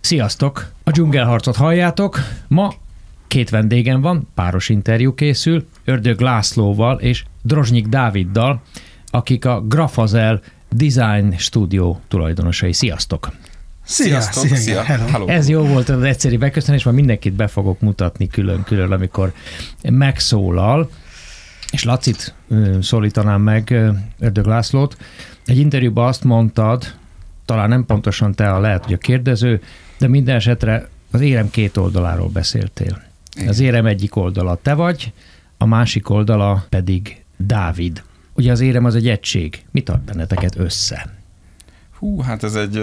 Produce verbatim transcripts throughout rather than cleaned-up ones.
Sziasztok! A dzsungelharcot halljátok. Ma két vendégem van, páros interjú készül, Ördög Lászlóval és Drozsnyik Dáviddal, akik a Grafazel Design Studio tulajdonosai. Sziasztok! Sziasztok! Szia, szia. Hello. Ez jó volt az egyszerű beköszönés, majd mindenkit be fogok mutatni külön-külön, amikor megszólal. És Lacit szólítanám meg, Ördög Lászlót. Egy interjúban azt mondtad, talán nem pontosan te, a lehet, hogy a kérdező, de minden esetre az érem két oldaláról beszéltél. Igen. Az érem egyik oldala te vagy, a másik oldala pedig Dávid. Ugye az érem az egy egység. Mi tart benneteket össze? Hú, hát ez egy...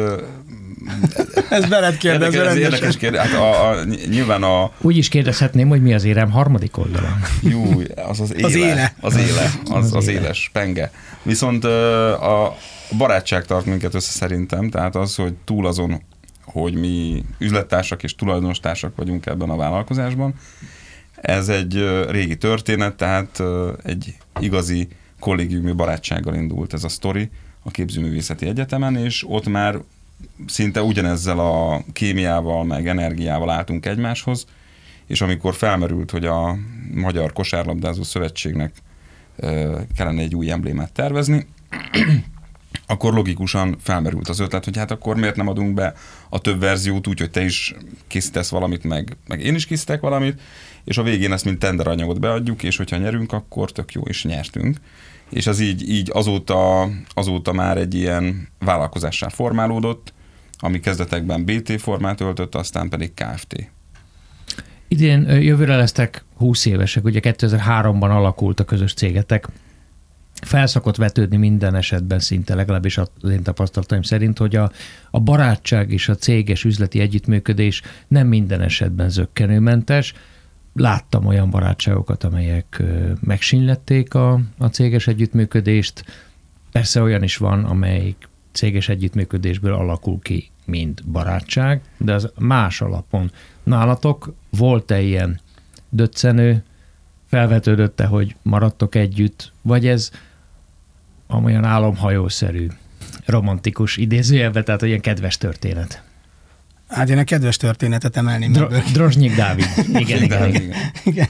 ez veled kérdez, ez érdekes kérdés. Hát a, a, nyilván a... Úgy is kérdezhetném, hogy mi az érem harmadik oldala. Jú, az az éle. Az éle. Az éle, az, az, az éles, penge. Viszont a barátság tart minket össze szerintem, tehát az, hogy túl azon, hogy mi üzlettársak és tulajdonos-társak vagyunk ebben a vállalkozásban, ez egy régi történet, tehát egy igazi kollégiumi barátsággal indult ez a sztori a Képzőművészeti Egyetemen, és ott már szinte ugyanezzel a kémiával, meg energiával álltunk egymáshoz, és amikor felmerült, hogy a Magyar Kosárlabdázó Szövetségnek kellene egy új emblémát tervezni, akkor logikusan felmerült az ötlet, hogy hát akkor miért nem adunk be a több verziót úgy, hogy te is készítesz valamit, meg, meg én is készítek valamit, és a végén ezt mint tenderanyagot beadjuk, és hogyha nyerünk, akkor tök jó, és nyertünk. És az így, így azóta, azóta már egy ilyen vállalkozássá formálódott, ami kezdetekben bé té formát öltött, aztán pedig ká ef té. Idén jövőre lesztek húsz évesek, ugye kétezer-háromban alakult a közös cégetek. Felszokott vetődni minden esetben szinte, legalábbis az én tapasztalataim szerint, hogy a, a barátság és a céges üzleti együttműködés nem minden esetben zökkenőmentes. Láttam olyan barátságokat, amelyek megsínlették a, a céges együttműködést. Persze olyan is van, amelyik céges együttműködésből alakul ki, mint barátság, de az más alapon. Nálatok volt-e ilyen döccenő, felvetődött-e, hogy maradtok együtt, vagy ez olyan álomhajószerű, romantikus idézőjelbe, tehát olyan kedves történet? Hát én a kedves történetet emelném. Dro- Drozsnyik Dávid. Igen, igen, igen. igen.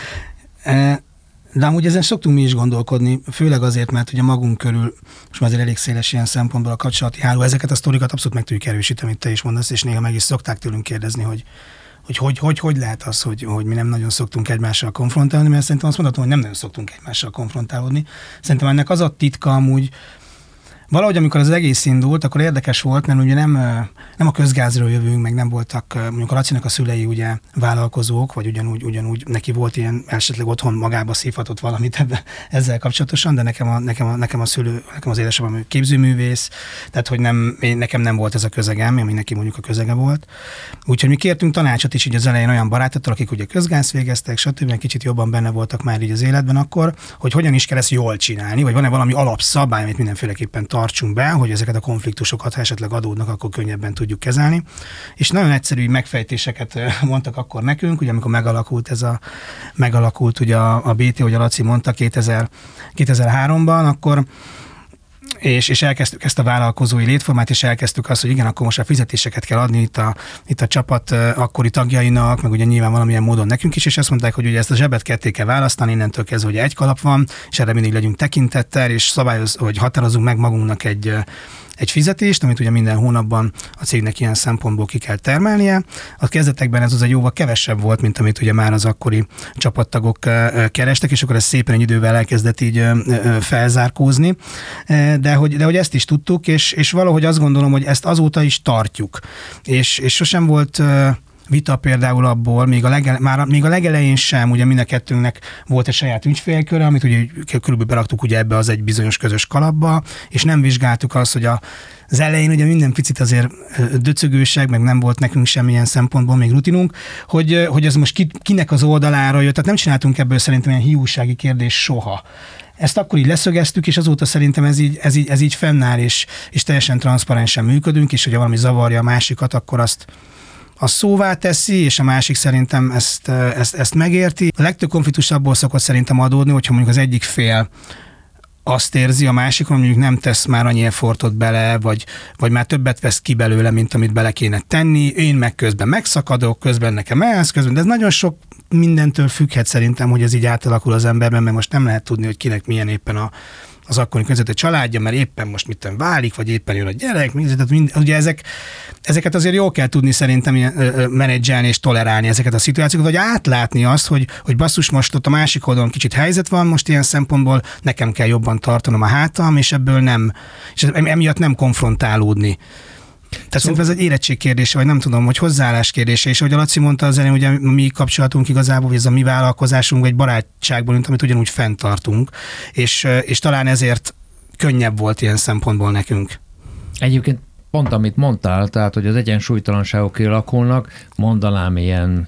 De amúgy ezen szoktunk mi is gondolkodni, főleg azért, mert ugye magunk körül, most már azért elég széles ilyen szempontból a kapcsolati háló, ezeket a sztorikat abszolút meg tudjuk erősíteni, amit te is mondasz, és néha meg is szokták tőlünk kérdezni, hogy hogy hogy, hogy, hogy lehet az, hogy, hogy mi nem nagyon szoktunk egymással konfrontálni, mert szerintem azt mondhatom, hogy nem nagyon szoktunk egymással konfrontálódni. Szerintem ennek az a titka amúgy, valahogy amikor az egész indult, akkor érdekes volt, mert ugye nem, nem a közgázról jövünk, meg nem voltak, mondjuk a Lacinak a szülei ugye vállalkozók, vagy ugyanúgy, ugyanúgy neki volt ilyen esetleg otthon magába szívhatott valamit ebben, ezzel kapcsolatosan, de nekem a, nekem a, nekem a szülő, nekem az édesapám képzőművész, tehát hogy nem, én, nekem nem volt ez a közegem, ami neki mondjuk a közege volt. Úgyhogy mi kértünk tanácsot is így az elején olyan barátoktól, akik ugye közgáz végeztek, stb. Kicsit jobban benne voltak már így az életben akkor, hogy hogyan is kell ezt jól csinálni, vagy van-e valami alapszabály, amit mindenféleképpen tartsunk be, hogy ezeket a konfliktusokat, ha esetleg adódnak, akkor könnyebben tudjuk kezelni. És nagyon egyszerű megfejtéseket mondtak akkor nekünk, ugye amikor megalakult ez a, megalakult ugye a, a bé té, hogy a Laci mondta kétezer-háromban, akkor és, és elkezdtük ezt a vállalkozói létformát, és elkezdtük azt, hogy igen, akkor most a fizetéseket kell adni itt a, itt a csapat akkori tagjainak, meg ugye nyilván valamilyen módon nekünk is, és azt mondták, hogy ugye ezt a zsebet ketté kell választani, innentől kezdve, hogy egy kalap van, és erre mindig legyünk tekintettel, és szabályoz, hogy határozunk meg magunknak egy, egy fizetést, amit ugye minden hónapban a cégnek ilyen szempontból ki kell termelnie. A kezdetekben ez az egy jóval kevesebb volt, mint amit ugye már az akkori csapattagok kerestek, és akkor ez szépen egy idővel elkezdett így felzárkózni. De hogy, de hogy ezt is tudtuk, és, és valahogy azt gondolom, hogy ezt azóta is tartjuk. És, és sosem volt vita például abból, még a, legele, már, még a legelején sem, ugye mind a kettőnknek volt egy saját ügyfélköre, amit ugye körülbelül beraktuk ugye ebbe az egy bizonyos közös kalapba, és nem vizsgáltuk azt, hogy a, az elején ugye minden picit azért döcögőség, meg nem volt nekünk semmilyen szempontból még rutinunk, hogy, hogy ez most ki, kinek az oldalára jött, tehát nem csináltunk ebből szerintem ilyen hiúsági kérdés soha. Ezt akkor így leszögeztük, és azóta szerintem ez így, ez így, ez így fennáll, és, és teljesen transzparensen működünk, és hogyha valami zavarja a másikat, akkor azt a szóvá teszi, és a másik szerintem ezt, ezt, ezt megérti. A legtöbb konfliktus abból szokott szerintem adódni, hogyha mondjuk az egyik fél azt érzi a másikon, mondjuk nem tesz már annyi effortot bele, vagy, vagy már többet vesz ki belőle, mint amit bele kéne tenni, én meg közben megszakadok, közben nekem elsz, közben, de ez nagyon sok mindentől függhet szerintem, hogy ez így átalakul az emberben, mert most nem lehet tudni, hogy kinek milyen éppen a, az akkori között a családja, mert éppen most mitten válik, vagy éppen jön a gyerek, tehát mind, ugye ezek, ezeket azért jól kell tudni szerintem menedzselni és tolerálni ezeket a szituációkat, vagy átlátni azt, hogy, hogy basszus, most ott a másik oldalon kicsit helyzet van, most ilyen szempontból nekem kell jobban tartanom a hátam, és ebből nem, és emiatt nem konfrontálódni. Tehát szóval szerintem ez egy érettség kérdése, vagy nem tudom, hogy hozzáállás kérdése, és ahogy a Laci mondta az elején, ugye a mi kapcsolatunk igazából, hogy ez a mi vállalkozásunk egy barátságból, mint amit ugyanúgy fenntartunk, és, és talán ezért könnyebb volt ilyen szempontból nekünk. Egyébként pont amit mondtál, tehát hogy az egyensúlytalanságok kialakulnak, mondanám ilyen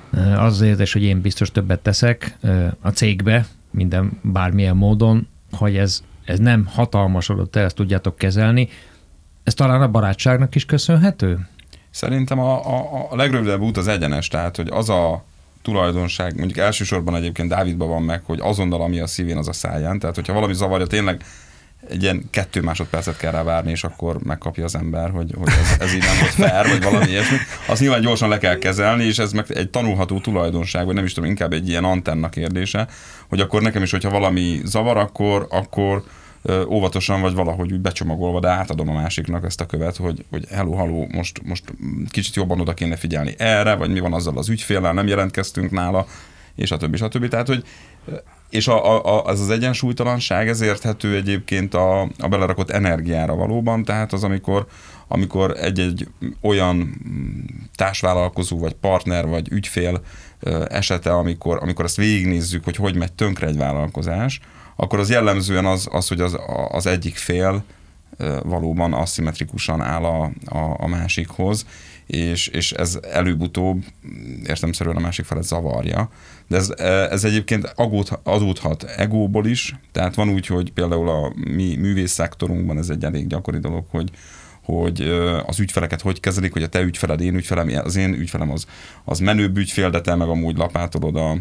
az érzés, hogy én biztos többet teszek a cégbe, minden bármilyen módon, hogy ez, ez nem hatalmasodott el, ezt tudjátok kezelni. Ez talán a barátságnak is köszönhető? Szerintem a, a, a legrövidebb út az egyenes, tehát hogy az a tulajdonság, mondjuk elsősorban egyébként Dávidban van meg, hogy azonnal, ami a szívén, az a száján. Tehát, hogyha valami zavarja, tényleg egy ilyen kettő másodpercet kell rá várni, és akkor megkapja az ember, hogy, hogy ez, ez így nem volt fair, vagy valami ilyesmi. Azt nyilván gyorsan le kell kezelni, és ez meg egy tanulható tulajdonság, vagy nem is tudom, inkább egy ilyen antenna kérdése, hogy akkor nekem is, hogyha valami zavar, akkor, akkor óvatosan vagy valahogy úgy becsomagolva, de átadom a másiknak ezt a követ, hogy, hogy hello, hello, most, most kicsit jobban oda kéne figyelni erre, vagy mi van azzal az ügyféllel, nem jelentkeztünk nála, és a többi, és a többi. Tehát, hogy és a, a, az az egyensúlytalanság, ez érthető egyébként a, a belerakott energiára valóban, tehát az, amikor, amikor egy-egy olyan társvállalkozó, vagy partner, vagy ügyfél esete, amikor, amikor ezt végignézzük, hogy hogy megy tönkre egy vállalkozás, akkor az jellemzően az, az hogy az, az egyik fél valóban aszimmetrikusan áll a, a, a másikhoz, és, és ez előbb-utóbb értelemszerűen a másik felet zavarja. De ez, ez egyébként adódhat egóból is, tehát van úgy, hogy például a mi művész szektorunkban ez egy elég gyakori dolog, hogy, hogy az ügyfeleket hogy kezelik, hogy a te ügyfeled, én ügyfelem, az én ügyfelem az, az menőbb ügyfél, de te meg amúgy lapátolod a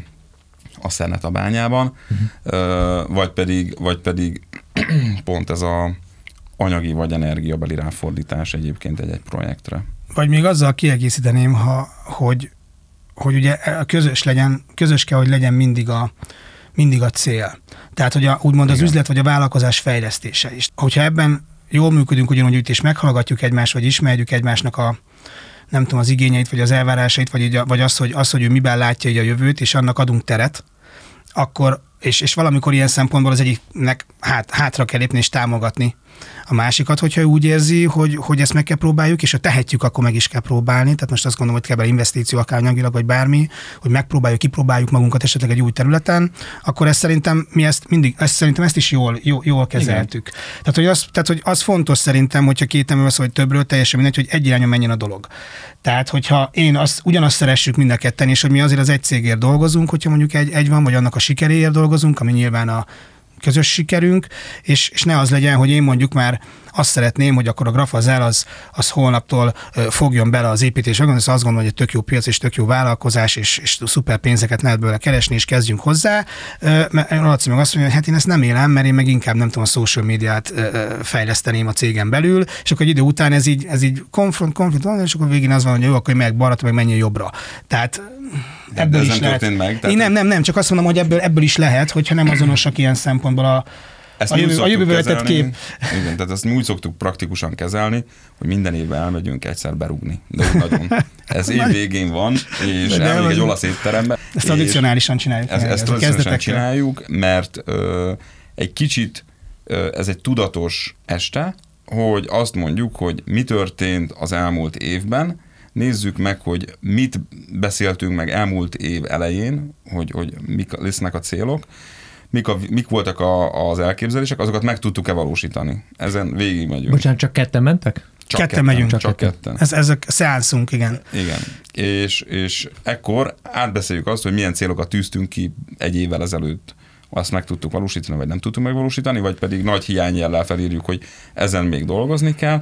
a szernet a bányában, uh-huh. vagy pedig, vagy pedig pont ez a anyagi vagy energiabeli ráfordítás egyébként egy-egy projektre. Vagy még azzal kiegészíteném, ha, hogy, hogy ugye közös legyen, közös kell, hogy legyen mindig a, mindig a cél. Tehát, hogy a, úgymond az Igen. üzlet vagy a vállalkozás fejlesztése is. Hogyha ebben jól működünk ugyanúgy itt, és meghallgatjuk egymást, vagy ismerjük egymásnak a nem tudom, az igényeit, vagy az elvárásait, vagy, így, vagy az, hogy, az, hogy ő miben látja így a jövőt, és annak adunk teret, akkor, és, és valamikor ilyen szempontból az egyiknek hát, hátra kell lépni és támogatni a másikat, hogyha ő úgy érzi, hogy, hogy ezt meg kell próbáljuk, és ha tehetjük, akkor meg is kell próbálni. Tehát most azt gondolom, hogy kell bele investíció, akár anyagilag, vagy bármi, hogy megpróbáljuk, kipróbáljuk magunkat esetleg egy új területen, akkor ezt szerintem mi ezt mindig, ezt szerintem ezt is jól, jól, jól kezeltük. Tehát hogy, az, tehát, hogy az fontos szerintem, hogyha két ember vagy többről, teljesen mindegy, hogy egy irányon menjen a dolog. Tehát, hogyha én azt, ugyanazt szeressük mind a ketten, és hogy mi azért az egy cégért dolgozunk, hogyha mondjuk egy, egy van, vagy annak a sikeréért dolgozunk, ami nyilván a közös sikerünk, és, és ne az legyen, hogy én mondjuk már azt szeretném, hogy akkor a Grafazel az, az holnaptól fogjon bele az építésbe, azt gondolom, hogy egy tök jó piac és tök jó vállalkozás, és, és szuper pénzeket lehet belőle keresni, és kezdjünk hozzá. Laci meg azt mondja, hogy hát én ezt nem élem, mert én meg inkább nem tudom, a social médiát fejleszteném a cégen belül, és akkor egy idő után ez így, ez így konfront, konfront, és akkor végén az van, hogy jó, akkor meg barat, meg menjen jobbra. Tehát ebből is lehet. Meg, tehát én nem, nem, nem, csak azt mondom, hogy ebből, ebből is lehet, hogyha nem azonosak ilyen szempontból a Ezt a jövő, a jövőből tett kép. Igen, tehát ezt mi úgy szoktuk praktikusan kezelni, hogy minden évben elmegyünk egyszer berúgni. De úgy nagyon. Ez év végén van, és elmegyünk egy olasz étterembe. Ezt tradicionálisan csináljuk. Ez, ezt tradicionálisan csináljuk, mert ö, egy kicsit ö, ez egy tudatos este, hogy azt mondjuk, hogy mi történt az elmúlt évben, nézzük meg, hogy mit beszéltünk meg elmúlt év elején, hogy, hogy mik lesznek a célok, Mik, a, mik voltak a, az elképzelések, azokat meg tudtuk-e valósítani. Ezen végig megyünk. Bocsánat, csak ketten mentek? Csak ketten, ketten megyünk. Csak, csak ketten. Ez, ez a szeánszunk, igen. Igen. És, és ekkor átbeszéljük azt, hogy milyen célokat tűztünk ki egy évvel ezelőtt. Azt meg tudtuk valósítani, vagy nem tudtuk megvalósítani, vagy pedig nagy hiányjellel felírjuk, hogy ezen még dolgozni kell,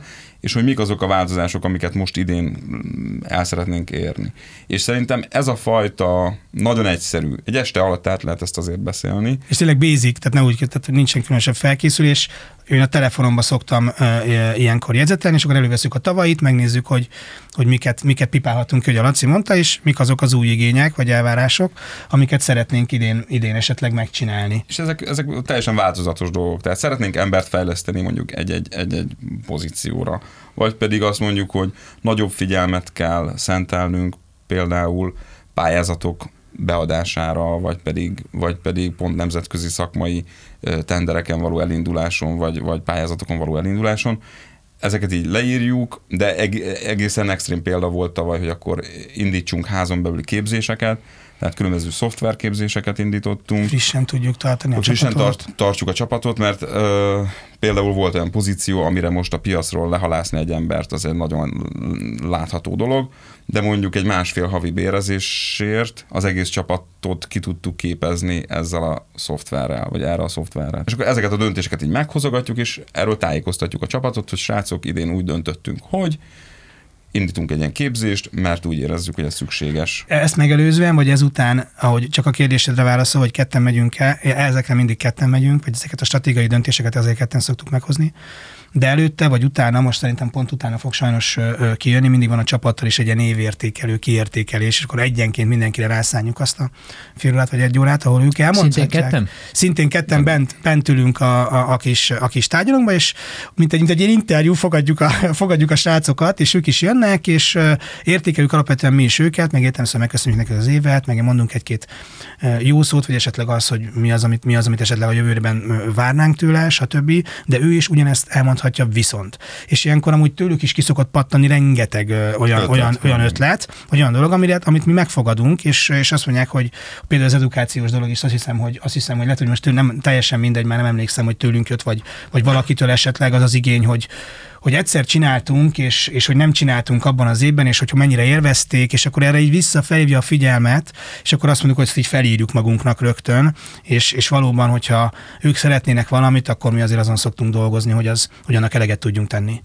és hogy mik azok a változások, amiket most idén el szeretnénk érni. És szerintem ez a fajta nagyon egyszerű. Egy este alatt át lehet ezt azért beszélni. És tényleg basic, tehát ne úgy, tehát nincsen különösebb felkészülés. Én a telefonomban szoktam uh, ilyenkor jegyzetelni, és akkor előveszünk a tavait, megnézzük, hogy, hogy miket, miket pipálhatunk ki, hogy a Laci mondta, és mik azok az új igények, vagy elvárások, amiket szeretnénk idén, idén esetleg megcsinálni. És ezek, ezek teljesen változatos dolgok. Tehát szeretnénk embert fejleszteni mondjuk egy-egy, egy-egy pozícióra. Vagy pedig azt mondjuk, hogy nagyobb figyelmet kell szentelnünk például pályázatok beadására, vagy pedig, vagy pedig pont nemzetközi szakmai tendereken való elinduláson, vagy, vagy pályázatokon való elinduláson. Ezeket így leírjuk, de egészen extrém példa volt tavaly, hogy akkor indítsunk házon belüli képzéseket, tehát különböző szoftverképzéseket indítottunk. Frissen tudjuk tartani a frissen csapatot. Tart, tartsuk a csapatot, mert ö, például volt olyan pozíció, amire most a piacról lehalászni egy embert, az egy nagyon látható dolog, de mondjuk egy másfél havi bérezésért az egész csapatot ki tudtuk képezni ezzel a szoftverrel, vagy erre a szoftverrel. És akkor ezeket a döntéseket így meghozogatjuk, és erről tájékoztatjuk a csapatot, hogy srácok, idén úgy döntöttünk, hogy indítunk egy ilyen képzést, mert úgy érezzük, hogy ez szükséges. Ezt megelőzően, vagy ezután, ahogy csak a kérdésedre válaszol, hogy ketten megyünk el, ezekre mindig ketten megyünk, vagy ezeket a stratégiai döntéseket azért ketten szoktuk meghozni, de előtte vagy utána, most szerintem pont utána fog sajnos kijönni, mindig van a csapattal is egy ilyen évértékelő, kiértékelés, és akkor egyenként mindenkire rászánjuk azt a fél órát vagy egy órát, ahol ők elmondhatják. Szintén ketten? Szintén ketten bent, bent ülünk a, a, a, kis, a kis tárgyalónkba, és mint egy, mint egy ilyen interjú fogadjuk a, fogadjuk a srácokat, és ők is jönnek, és értékeljük alapvetően mi is őket, meg értelemszerűen megköszönjük nekik az évet, meg mondunk egy-két jó szót, vagy esetleg az, hogy mi az, amit, mi az, amit esetleg a jövőben várnánk tőle, stb. De ő is ugyanezt elmondhatja viszont. És ilyenkor amúgy tőlük is kiszokott pattani rengeteg ö, olyan, ötlet, olyan, olyan ötlet, vagy olyan dolog, amire, amit mi megfogadunk, és, és azt mondják, hogy például az edukációs dolog is azt hiszem, hogy, azt hiszem, hogy lehet, hogy most tőle nem teljesen mindegy, már nem emlékszem, hogy tőlünk jött, vagy, vagy valakitől esetleg az az igény, hogy hogy egyszer csináltunk, és, és hogy nem csináltunk abban az évben, és hogy mennyire élvezték, és akkor erre így visszafelhívja a figyelmet, és akkor azt mondjuk, hogy ezt így felírjuk magunknak rögtön, és, és valóban, hogyha ők szeretnének valamit, akkor mi azért azon szoktunk dolgozni, hogy, az, hogy annak eleget tudjunk tenni.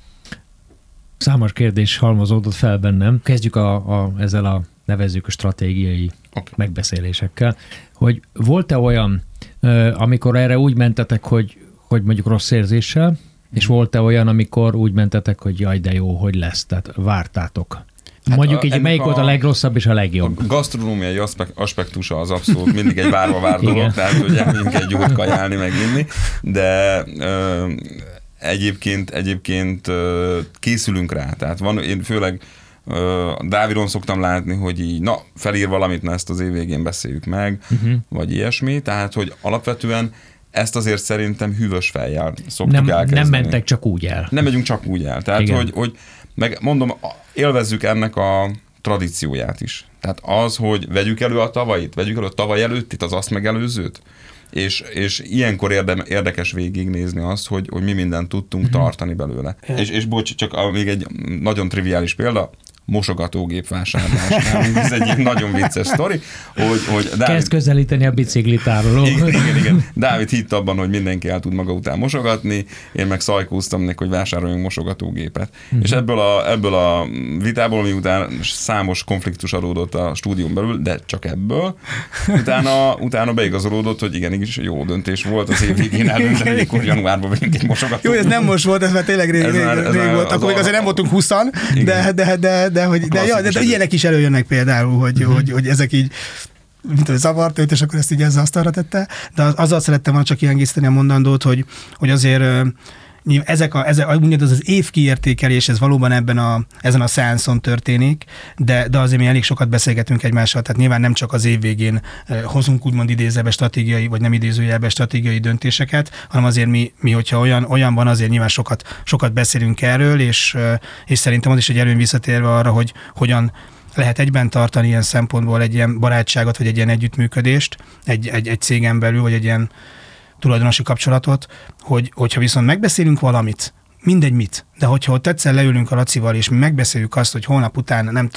Számos kérdés halmozódott fel bennem. Kezdjük a, a, ezzel a nevezzük a stratégiai okay. megbeszélésekkel, hogy volt-e olyan, amikor erre úgy mentetek, hogy, hogy mondjuk rossz érzéssel, és volt-e olyan, amikor úgy mentetek, hogy jaj, de jó, hogy lesz, tehát vártátok? Hát mondjuk így, melyik volt a legrosszabb és a legjobb? A gasztronómiai aspektusa az abszolút mindig egy várva vár dolog, tehát hogy elmegyünk egy jót kajálni, meg inni, de ö, egyébként, egyébként ö, készülünk rá, tehát van, én főleg ö, Dávidon szoktam látni, hogy így, na, felír valamit, na ezt az év végén beszéljük meg, uh-huh. vagy ilyesmi, tehát hogy alapvetően ezt azért szerintem hűvös fejjel szoktuk nem, elkezdeni. Nem mentek csak úgy el. Nem megyünk csak úgy el. Tehát, hogy, hogy meg mondom, élvezzük ennek a tradícióját is. Tehát az, hogy vegyük elő a tavait, vegyük elő a tavaly előttit, az azt megelőzőt, és, és ilyenkor érde, érdekes végignézni azt, hogy, hogy mi mindent tudtunk uh-huh. tartani belőle. És, és bocs, csak a, még egy nagyon triviális példa, mosogatógép vásárlás. Ez egy nagyon vicces sztori, hogy, hogy Dávid... Kezd közelíteni a biciklitároló. Igen, igen, igen. Dávid hitt abban, hogy mindenki el tud maga után mosogatni, én meg szajkóztam neki, hogy vásároljunk mosogatógépet. Uh-huh. És ebből a, ebből a vitából, miután számos konfliktus adódott a stúdión belül, de csak ebből, utána, utána beigazolódott, hogy igenis jó döntés volt az év végén eldönteni, amikor januárban vegyünk egy mosogatógépet. Jó, ez nem most volt, ez már tényleg rég, rég, már, rég volt, akkor még azért nem voltunk húszan, de, de, de de, hogy, de, ja, de, de ilyenek is előjönnek például, hogy, uh-huh. hogy, hogy ezek így mint hogy zavart őt, és akkor ezt így ezzel asztalra tette. De az, azzal szerettem volna csak kiegészíteni a mondandót, hogy, hogy azért ezek a, ezek, az az év kiértékelés, ez valóban ebben a, ezen a szeánszon történik, de, de azért mi elég sokat beszélgetünk egymással, tehát nyilván nem csak az év végén eh, hozunk úgymond idézőjelbe stratégiai, vagy nem idézőjelbe stratégiai döntéseket, hanem azért mi, mi hogyha olyan, olyan van, azért nyilván sokat, sokat beszélünk erről, és, eh, és szerintem az is egy előny visszatérve arra, hogy hogyan lehet egyben tartani ilyen szempontból egy ilyen barátságot, vagy egy ilyen együttműködést egy, egy, egy cégen belül, vagy egy ilyen tulajdonosi kapcsolatot, hogy, hogyha viszont megbeszélünk valamit, mindegy mit, de hogyha ott egyszer leülünk a Lacival, és mi megbeszéljük azt, hogy holnap után, nem tudom,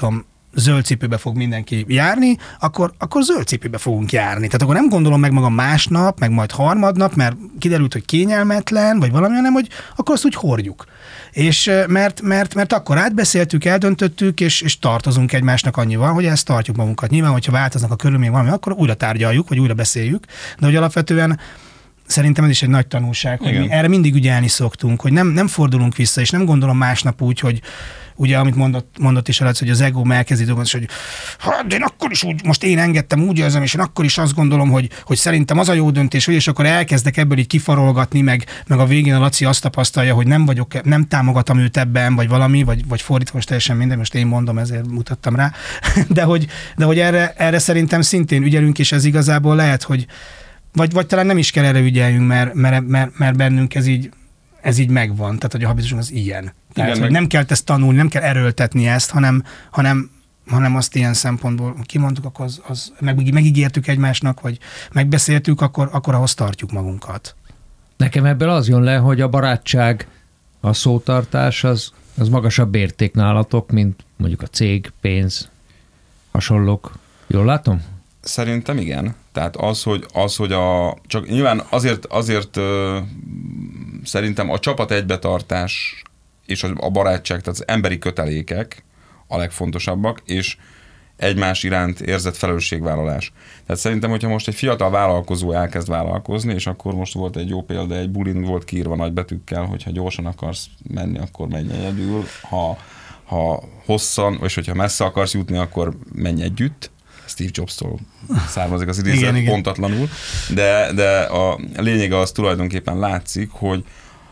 zöld cipőbe fog mindenki járni, akkor, akkor zöld cipőbe fogunk járni. Tehát akkor nem gondolom meg magam másnap, meg majd harmadnap, mert kiderült, hogy kényelmetlen, vagy valami, hanem hogy akkor azt úgy hordjuk. És mert, mert, mert akkor átbeszéltük, eldöntöttük, és, és tartozunk egymásnak annyival, hogy ezt tartjuk magunkat. Nyilván, hogyha változnak a körülmények valami, akkor újra tárgyaljuk, vagy újra beszéljük, de hogy alapvetően szerintem ez is egy nagy tanulság, hogy mi erre mindig ügyelni szoktunk, hogy nem, nem fordulunk vissza, és nem gondolom másnap úgy, hogy ugye, amit mondott, mondott is Laci, hogy az ego elkezdi dolgozni, hogy hát én akkor is úgy, most én engedtem, úgy érzem, és én akkor is azt gondolom, hogy, hogy szerintem az a jó döntés, hogy és akkor elkezdek ebből így kifarolgatni, meg, meg a végén a Laci azt tapasztalja, hogy nem vagyok, nem támogatom őt ebben, vagy valami, vagy, vagy fordítva, most teljesen minden, most én mondom, ezért mutattam rá, de hogy, de hogy erre, erre szerintem szintén ügyelünk, és ez igazából lehet, hogy vagy, vagy talán nem is kell erre ügyeljünk, mert, mert, mert, mert bennünk ez így, ez így megvan, tehát hogy a habitusunk az ilyen. Tehát, igen, hogy nem kell ezt tanulni, nem kell erőltetni ezt, hanem, hanem, hanem azt ilyen szempontból kimondtuk, akkor az, az meg, megígértük egymásnak, vagy megbeszéltük, akkor, akkor ahhoz tartjuk magunkat. Nekem ebből az jön le, hogy a barátság, a szótartás az, az magasabb érték nálatok, mint mondjuk a cég, pénz, hasonlók. Jól látom? Szerintem igen. Tehát az, hogy, az, hogy a, csak nyilván azért, azért ö, szerintem a csapat egybetartás és a barátság, tehát az emberi kötelékek a legfontosabbak, és egymás iránt érzett felelősségvállalás. Tehát szerintem, hogyha most egy fiatal vállalkozó elkezd vállalkozni, és akkor most volt egy jó példa, egy bulin volt kiírva nagybetűkkel, hogyha gyorsan akarsz menni, akkor menj egyedül, ha, ha hosszan, vagy hogyha messze akarsz jutni, akkor menj együtt. Steve Jobs-tól származik az idézet, igen, pontatlanul, de, de a lényege az tulajdonképpen látszik, hogy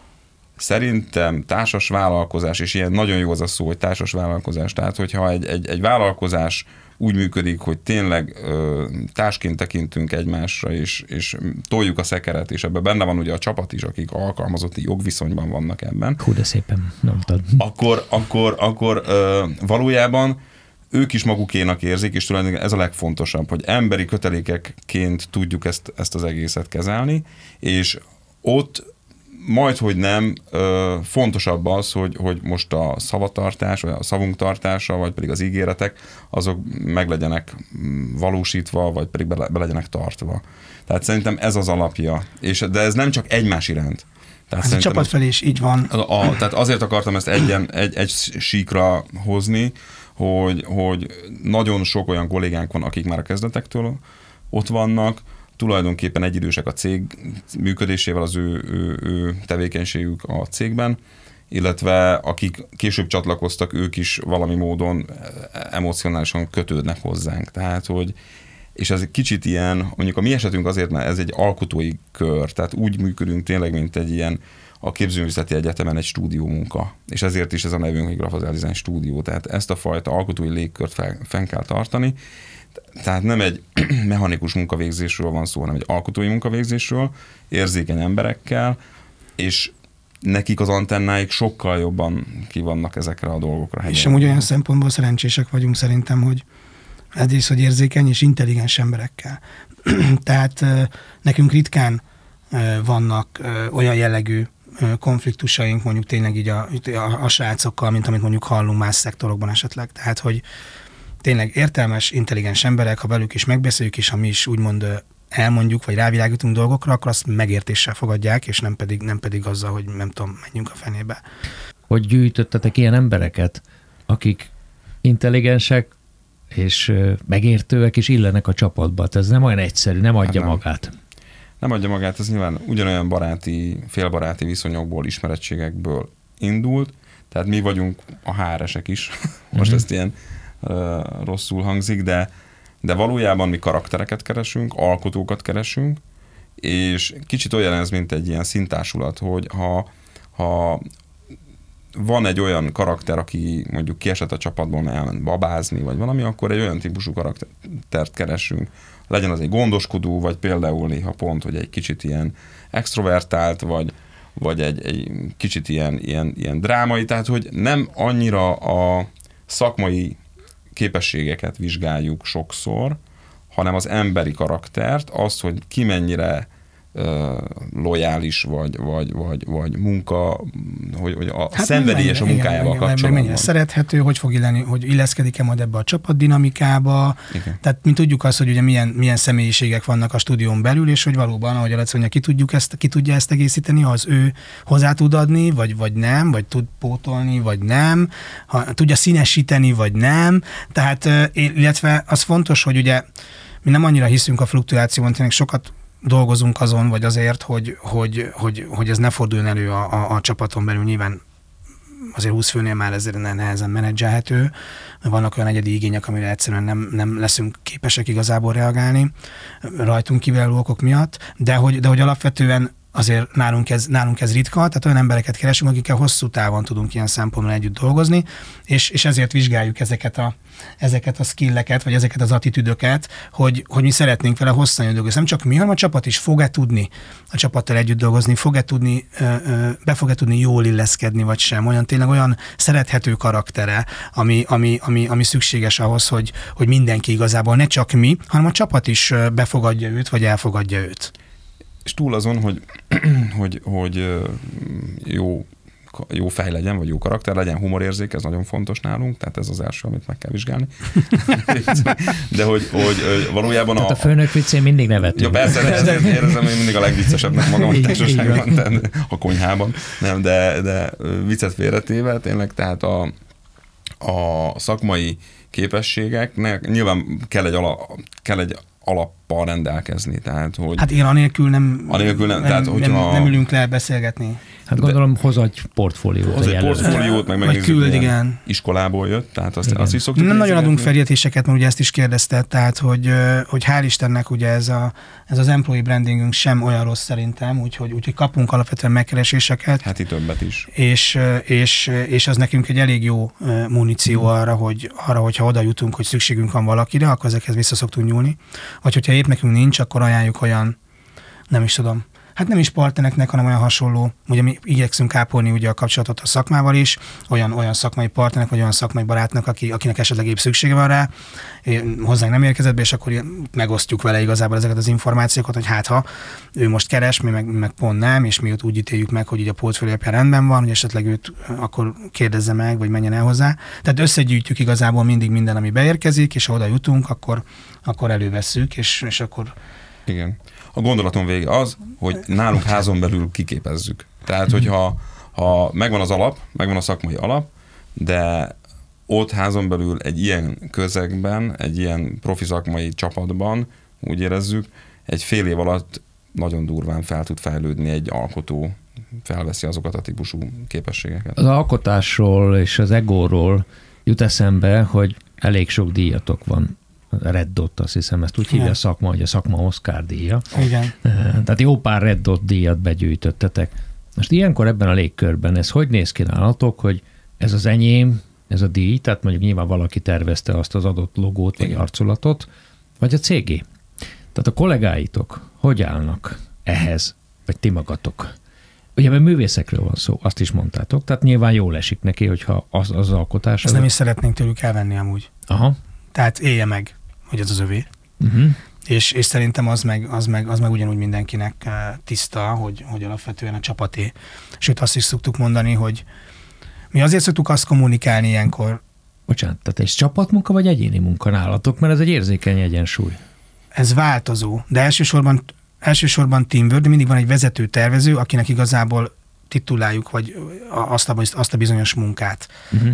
szerintem társas vállalkozás, és ilyen nagyon jó az a szó, hogy társas vállalkozás, tehát hogyha egy, egy, egy vállalkozás úgy működik, hogy tényleg ö, társként tekintünk egymásra, és, és toljuk a szekeret, és ebben benne van ugye a csapat is, akik alkalmazotti jogviszonyban vannak ebben. Hú, de szépen mondtad. Akkor, akkor, akkor ö, valójában ők is magukénak érzik, és tulajdonképpen ez a legfontosabb, hogy emberi kötelékekként tudjuk ezt, ezt az egészet kezelni, és ott majdhogy nem fontosabb az, hogy, hogy most a szavatartás, vagy a szavunk tartása, vagy pedig az ígéretek, azok meg legyenek valósítva, vagy pedig be, be legyenek tartva. Tehát szerintem ez az alapja. És, de ez nem csak egymás iránt. Tehát ez a csapat felé is így van. A, a, tehát azért akartam ezt egyen, egy, egy síkra hozni, hogy, hogy nagyon sok olyan kollégánk van, akik már a kezdetektől ott vannak, tulajdonképpen egyidősek a cég működésével, az ő, ő, ő tevékenységük a cégben, illetve akik később csatlakoztak, ők is valami módon emocionálisan kötődnek hozzánk. Tehát, hogy és ez egy kicsit ilyen, mondjuk a mi esetünk azért, mert ez egy alkotói kör, tehát úgy működünk tényleg, mint egy ilyen a Képzőművészeti Egyetemen egy stúdiómunka, és ezért is ez a nevünk, hogy Graphical Design Stúdió, tehát ezt a fajta alkotói légkört fel, fenn kell tartani, tehát nem egy mechanikus munkavégzésről van szó, hanem egy alkotói munkavégzésről, érzékeny emberekkel, és nekik az antennáik sokkal jobban kivannak ezekre a dolgokra. És amúgy olyan szempontból szerencsések vagyunk szerintem, hogy egyrészt, hogy érzékeny és intelligens emberekkel. Tehát nekünk ritkán vannak olyan jellegű konfliktusaink, mondjuk tényleg így a, a, a srácokkal, mint amit mondjuk hallunk más szektorokban esetleg. Tehát, hogy tényleg értelmes, intelligens emberek, ha velük is megbeszéljük, és ha mi is úgymond elmondjuk, vagy rávilágítunk dolgokra, akkor azt megértéssel fogadják, és nem pedig, nem pedig azzal, hogy nem tudom, menjünk a fenébe. Hogy gyűjtöttetek ilyen embereket, akik intelligensek, és megértőek, és illenek a csapatba. Ez nem olyan egyszerű, nem adja hát nem. magát. Nem adja magát, ez nyilván ugyanolyan baráti, félbaráti viszonyokból, ismerettségekből indult, tehát mi vagyunk a há er esek is. Most mm-hmm. ezt ilyen uh, rosszul hangzik, de, de valójában mi karaktereket keresünk, alkotókat keresünk, és kicsit olyan ez, mint egy ilyen szintársulat, hogy ha, ha van egy olyan karakter, aki mondjuk kiesett a csapatból, mert elment babázni, vagy valami, akkor egy olyan típusú karaktert keresünk. Legyen az egy gondoskodó, vagy például néha pont, hogy egy kicsit ilyen extrovertált, vagy, vagy egy, egy kicsit ilyen, ilyen, ilyen drámai, tehát hogy nem annyira a szakmai képességeket vizsgáljuk sokszor, hanem az emberi karaktert, azt, hogy ki mennyire lojális, vagy, vagy, vagy, vagy munka, hogy, hogy a hát szenvedélyes a munkájával igen, kapcsolatban. Mennyire szerethető, hogy fog illeni, hogy illeszkedik-e majd ebbe a csapatdinamikába. Igen. Tehát mi tudjuk azt, hogy ugye milyen, milyen személyiségek vannak a stúdión belül, és hogy valóban, ahogy a Laci mondja, ki, tudjuk ezt, ki tudja ezt egészíteni, az ő hozzá tud adni, vagy, vagy nem, vagy tud pótolni, vagy nem, ha, tudja színesíteni, vagy nem. Tehát, illetve az fontos, hogy ugye mi nem annyira hiszünk a fluktuációban, tényleg sokat dolgozunk azon, vagy azért, hogy, hogy, hogy, hogy ez ne forduljon elő a, a, a csapaton belül. Nyilván azért húsz főnél már ezért nehezen menedzselhető, mert vannak olyan egyedi igények, amire egyszerűen nem, nem leszünk képesek igazából reagálni rajtunk kívülálló okok miatt, de hogy, de hogy alapvetően azért nálunk ez, nálunk ez ritka, tehát olyan embereket keresünk, akikkel hosszú távon tudunk ilyen szempontból együtt dolgozni, és, és ezért vizsgáljuk ezeket a, ezeket a skilleket, vagy ezeket az attitűdöket, hogy, hogy mi szeretnénk vele hosszan dolgozni. Nem csak mi, hanem a csapat is fog-e tudni a csapattal együtt dolgozni, fog-e tudni, be fog-e tudni jól illeszkedni, vagy sem. Olyan tényleg olyan szerethető karaktere, ami, ami, ami, ami szükséges ahhoz, hogy, hogy mindenki igazából ne csak mi, hanem a csapat is befogadja őt, vagy elfogadja őt. És túl azon, hogy, hogy, hogy jó, jó fej legyen, vagy jó karakter legyen, humorérzék, ez nagyon fontos nálunk, tehát ez az első, amit meg kell vizsgálni. De hogy, hogy valójában tehát a... a főnök viccén mindig nevetünk. Ja, persze, ezért érzem, hogy mindig a legviccesebbnek magam a társaságban, tehát a konyhában. Nem, de, de viccet félretéve, tényleg, tehát a, a szakmai képességeknek nyilván kell egy, ala, kell egy alappal rendelkezni. Tehát, hogy hát én anélkül nem, anélkül nem, nem, tehát, nem, nem ülünk le beszélgetni. Hát gondolom hoz egy portfóliót. Hoz egy portfóliót, meg megnézzük, küld, igen. iskolából jött, tehát azt, azt is szoktuk. Nem nagyon adunk feljelentéseket, mert ugye ezt is kérdezted, tehát hogy, hogy hál' Istennek ugye ez, a, ez az employee brandingünk sem olyan rossz szerintem, úgyhogy, úgyhogy kapunk alapvetően megkereséseket. Hát itt többet is. És, és, és az nekünk egy elég jó muníció hmm. arra, hogy, arra, hogyha oda jutunk, hogy szükségünk van valakire, akkor ezekhez vissza szoktunk nyúlni. Vagy hogyha épp nekünk nincs, akkor ajánljuk olyan, nem is tudom, hát nem is partnereknek, hanem olyan hasonló, ugye mi igyekszünk ápolni ugye a kapcsolatot a szakmával is, olyan, olyan szakmai partnernek, vagy olyan szakmai barátnak, aki, akinek esetleg épp szüksége van rá, hozzánk nem érkezett be, és akkor megosztjuk vele igazából ezeket az információkat, hogy hát ha ő most keres, mi meg, meg pont nem, és mi ott úgy ítéljük meg, hogy így a portfólió alapján rendben van, hogy esetleg őt akkor kérdezze meg, vagy menjen el hozzá. Tehát összegyűjtjük igazából mindig minden, ami beérkezik, és ha oda jutunk, akkor, akkor elővesszük, és, és akkor... Igen. A gondolatom vége az, hogy nálunk házon belül kiképezzük. Tehát, hogyha ha megvan az alap, megvan a szakmai alap, de ott házon belül egy ilyen közegben, egy ilyen profi szakmai csapatban, úgy érezzük, egy fél év alatt nagyon durván fel tud fejlődni egy alkotó, felveszi azokat a típusú képességeket. Az alkotásról és az egóról jut eszembe, hogy elég sok díjatok van. Red Dot, azt hiszem, ezt úgy hívja a szakma, hogy a szakma Oscar díja. Igen. Tehát jó pár Red Dot díjat begyűjtöttetek. Most ilyenkor ebben a légkörben ez hogy néz ki nálatok, hogy ez az enyém, ez a díj, tehát mondjuk nyilván valaki tervezte azt az adott logót, vagy arculatot, vagy a cégé. Tehát a kollégáitok hogy állnak ehhez, vagy ti magatok? Ugye, mert művészekről van szó, azt is mondtátok, tehát nyilván jól esik neki, hogyha az az alkotás... Ezt nem is szeretnénk tőlük elvenni amúgy. Aha. Tehát élje meg, hogy ez az övé. Uh-huh. És, és szerintem az meg, az, meg, az meg ugyanúgy mindenkinek tiszta, hogy, hogy alapvetően a csapaté. Sőt, azt is szoktuk mondani, hogy mi azért szoktuk azt kommunikálni ilyenkor. Bocsánat, tehát ez csapatmunka vagy egyéni munka nálatok, mert ez egy érzékeny egyensúly. Ez változó, de elsősorban, elsősorban teamwork, de mindig van egy vezető tervező, akinek igazából tituláljuk, vagy azt a, azt a bizonyos munkát. Uh-huh.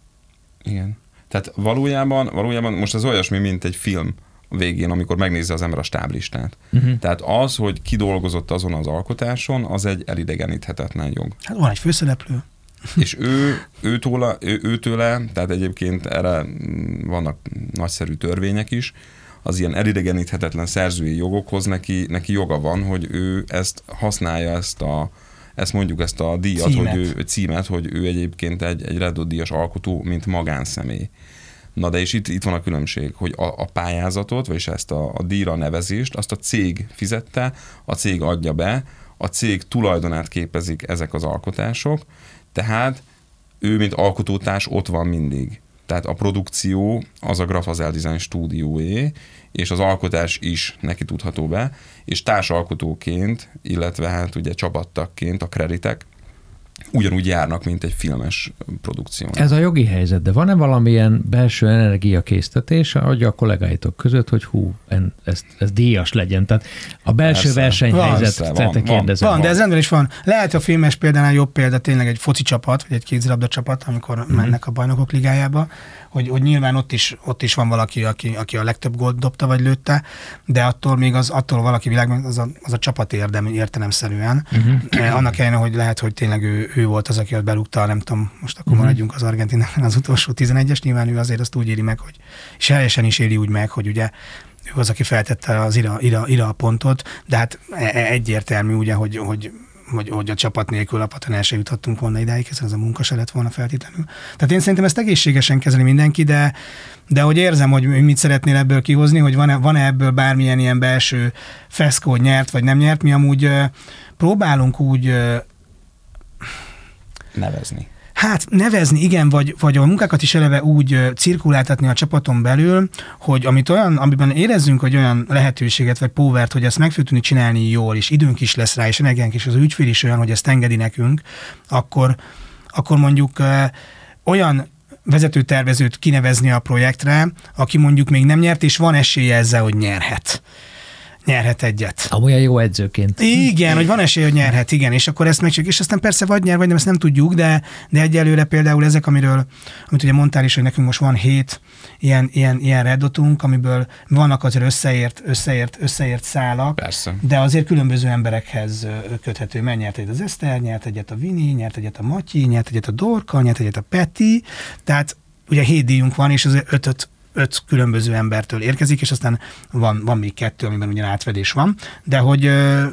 Igen. Tehát valójában, valójában most ez olyasmi, mint egy film a végén, amikor megnézze az ember a stáblistát. Uh-huh. Tehát az, hogy ki dolgozott azon az alkotáson, az egy elidegeníthetetlen jog. Hát van egy főszereplő. És ő, őtőle, ő, őtőle, tehát egyébként erre vannak nagyszerű törvények is, az ilyen elidegeníthetetlen szerzői jogokhoz neki, neki joga van, hogy ő ezt használja, ezt a ezt mondjuk ezt a díjat, címet. hogy ő, címet, hogy ő egyébként egy, egy Red Dot díjas alkotó, mint magánszemély. Na de és itt, itt van a különbség, hogy a, a pályázatot, vagyis ezt a, a díjra nevezést, azt a cég fizette, a cég adja be, a cég tulajdonát képezik ezek az alkotások, tehát ő, mint alkotótárs ott van mindig. Tehát a produkció az a Grafazel Design stúdióé, és az alkotás is neki tudható be, és társalkotóként, illetve hát ugye csapattagként a kreditek ugyanúgy járnak, mint egy filmes produkció. Ez a jogi helyzet, de van-e valamilyen belső energiakésztetés, ahogy a kollégáitok között, hogy hú, en, ez, ez díjas legyen? Tehát a belső Persze. versenyhelyzetet kérdezem. Van, de ez rendben is van. Lehet a filmes példánál jobb példa tényleg egy foci csapat, vagy egy kézilabda csapat, amikor mm-hmm. mennek a bajnokok ligájába, hogy, hogy nyilván ott is, ott is van valaki, aki, aki a legtöbb gólt dobta, vagy lőtte, de attól még az, attól valaki világban, az a, az a csapat érdem, értelemszerűen. Mm-hmm. Annak ellenére, hogy lehet, hogy tényleg ő, ő volt az, aki ott berúgta, nem tudom, most akkor mm-hmm. maradjunk az Argentinában az utolsó tizenegyes, nyilván ő azért azt úgy éli meg, hogy, és helyesen is éli úgy meg, hogy ugye ő az, aki feltette az ira, ira, ira a pontot, de hát egyértelmű ugye, hogy, hogy Hogy, hogy a csapat nélkül alapvetően el se juthattunk volna idáig, hiszen ez a munka se lett volna feltétlenül. Tehát én szerintem ezt egészségesen kezeli mindenki, de, de hogy érzem, hogy mit szeretnél ebből kihozni, hogy van-e, van-e ebből bármilyen ilyen belső feszkó, hogy nyert vagy nem nyert, mi amúgy próbálunk úgy nevezni. Hát nevezni, igen, vagy, vagy a munkákat is eleve úgy cirkuláltatni a csapaton belül, hogy amit olyan, amiben érezzünk, hogy olyan lehetőséget vagy póvert, hogy ezt meg fogjuk tudni csinálni jól, és időnk is lesz rá, és energiánk is, az ügyfél is olyan, hogy ezt engedi nekünk, akkor, akkor mondjuk ö, olyan vezetőtervezőt kinevezni a projektre, aki mondjuk még nem nyert, és van esélye ezzel, hogy nyerhet. Nyerhet egyet. Amolyan jó edzőként. Igen, hogy van esély, hogy nyerhet, igen, és akkor ezt megcsináljuk, és aztán persze vagy nyer, vagy nem, ezt nem tudjuk, de, de egyelőre például ezek, amiről, amit ugye mondtál is, hogy nekünk most van hét ilyen, ilyen, ilyen reddotunk, amiből vannak azért összeért, összeért, összeért szálak, persze. De azért különböző emberekhez köthető, mert nyert egyet az Eszter, nyert egyet a Vini, nyert egyet a Matyi, nyert egyet a Dorka, nyert egyet a Peti, tehát ugye hét díjunk van, és az ötöt öt különböző embertől érkezik, és aztán van, van még kettő, amiben ugyan átfedés van, de hogy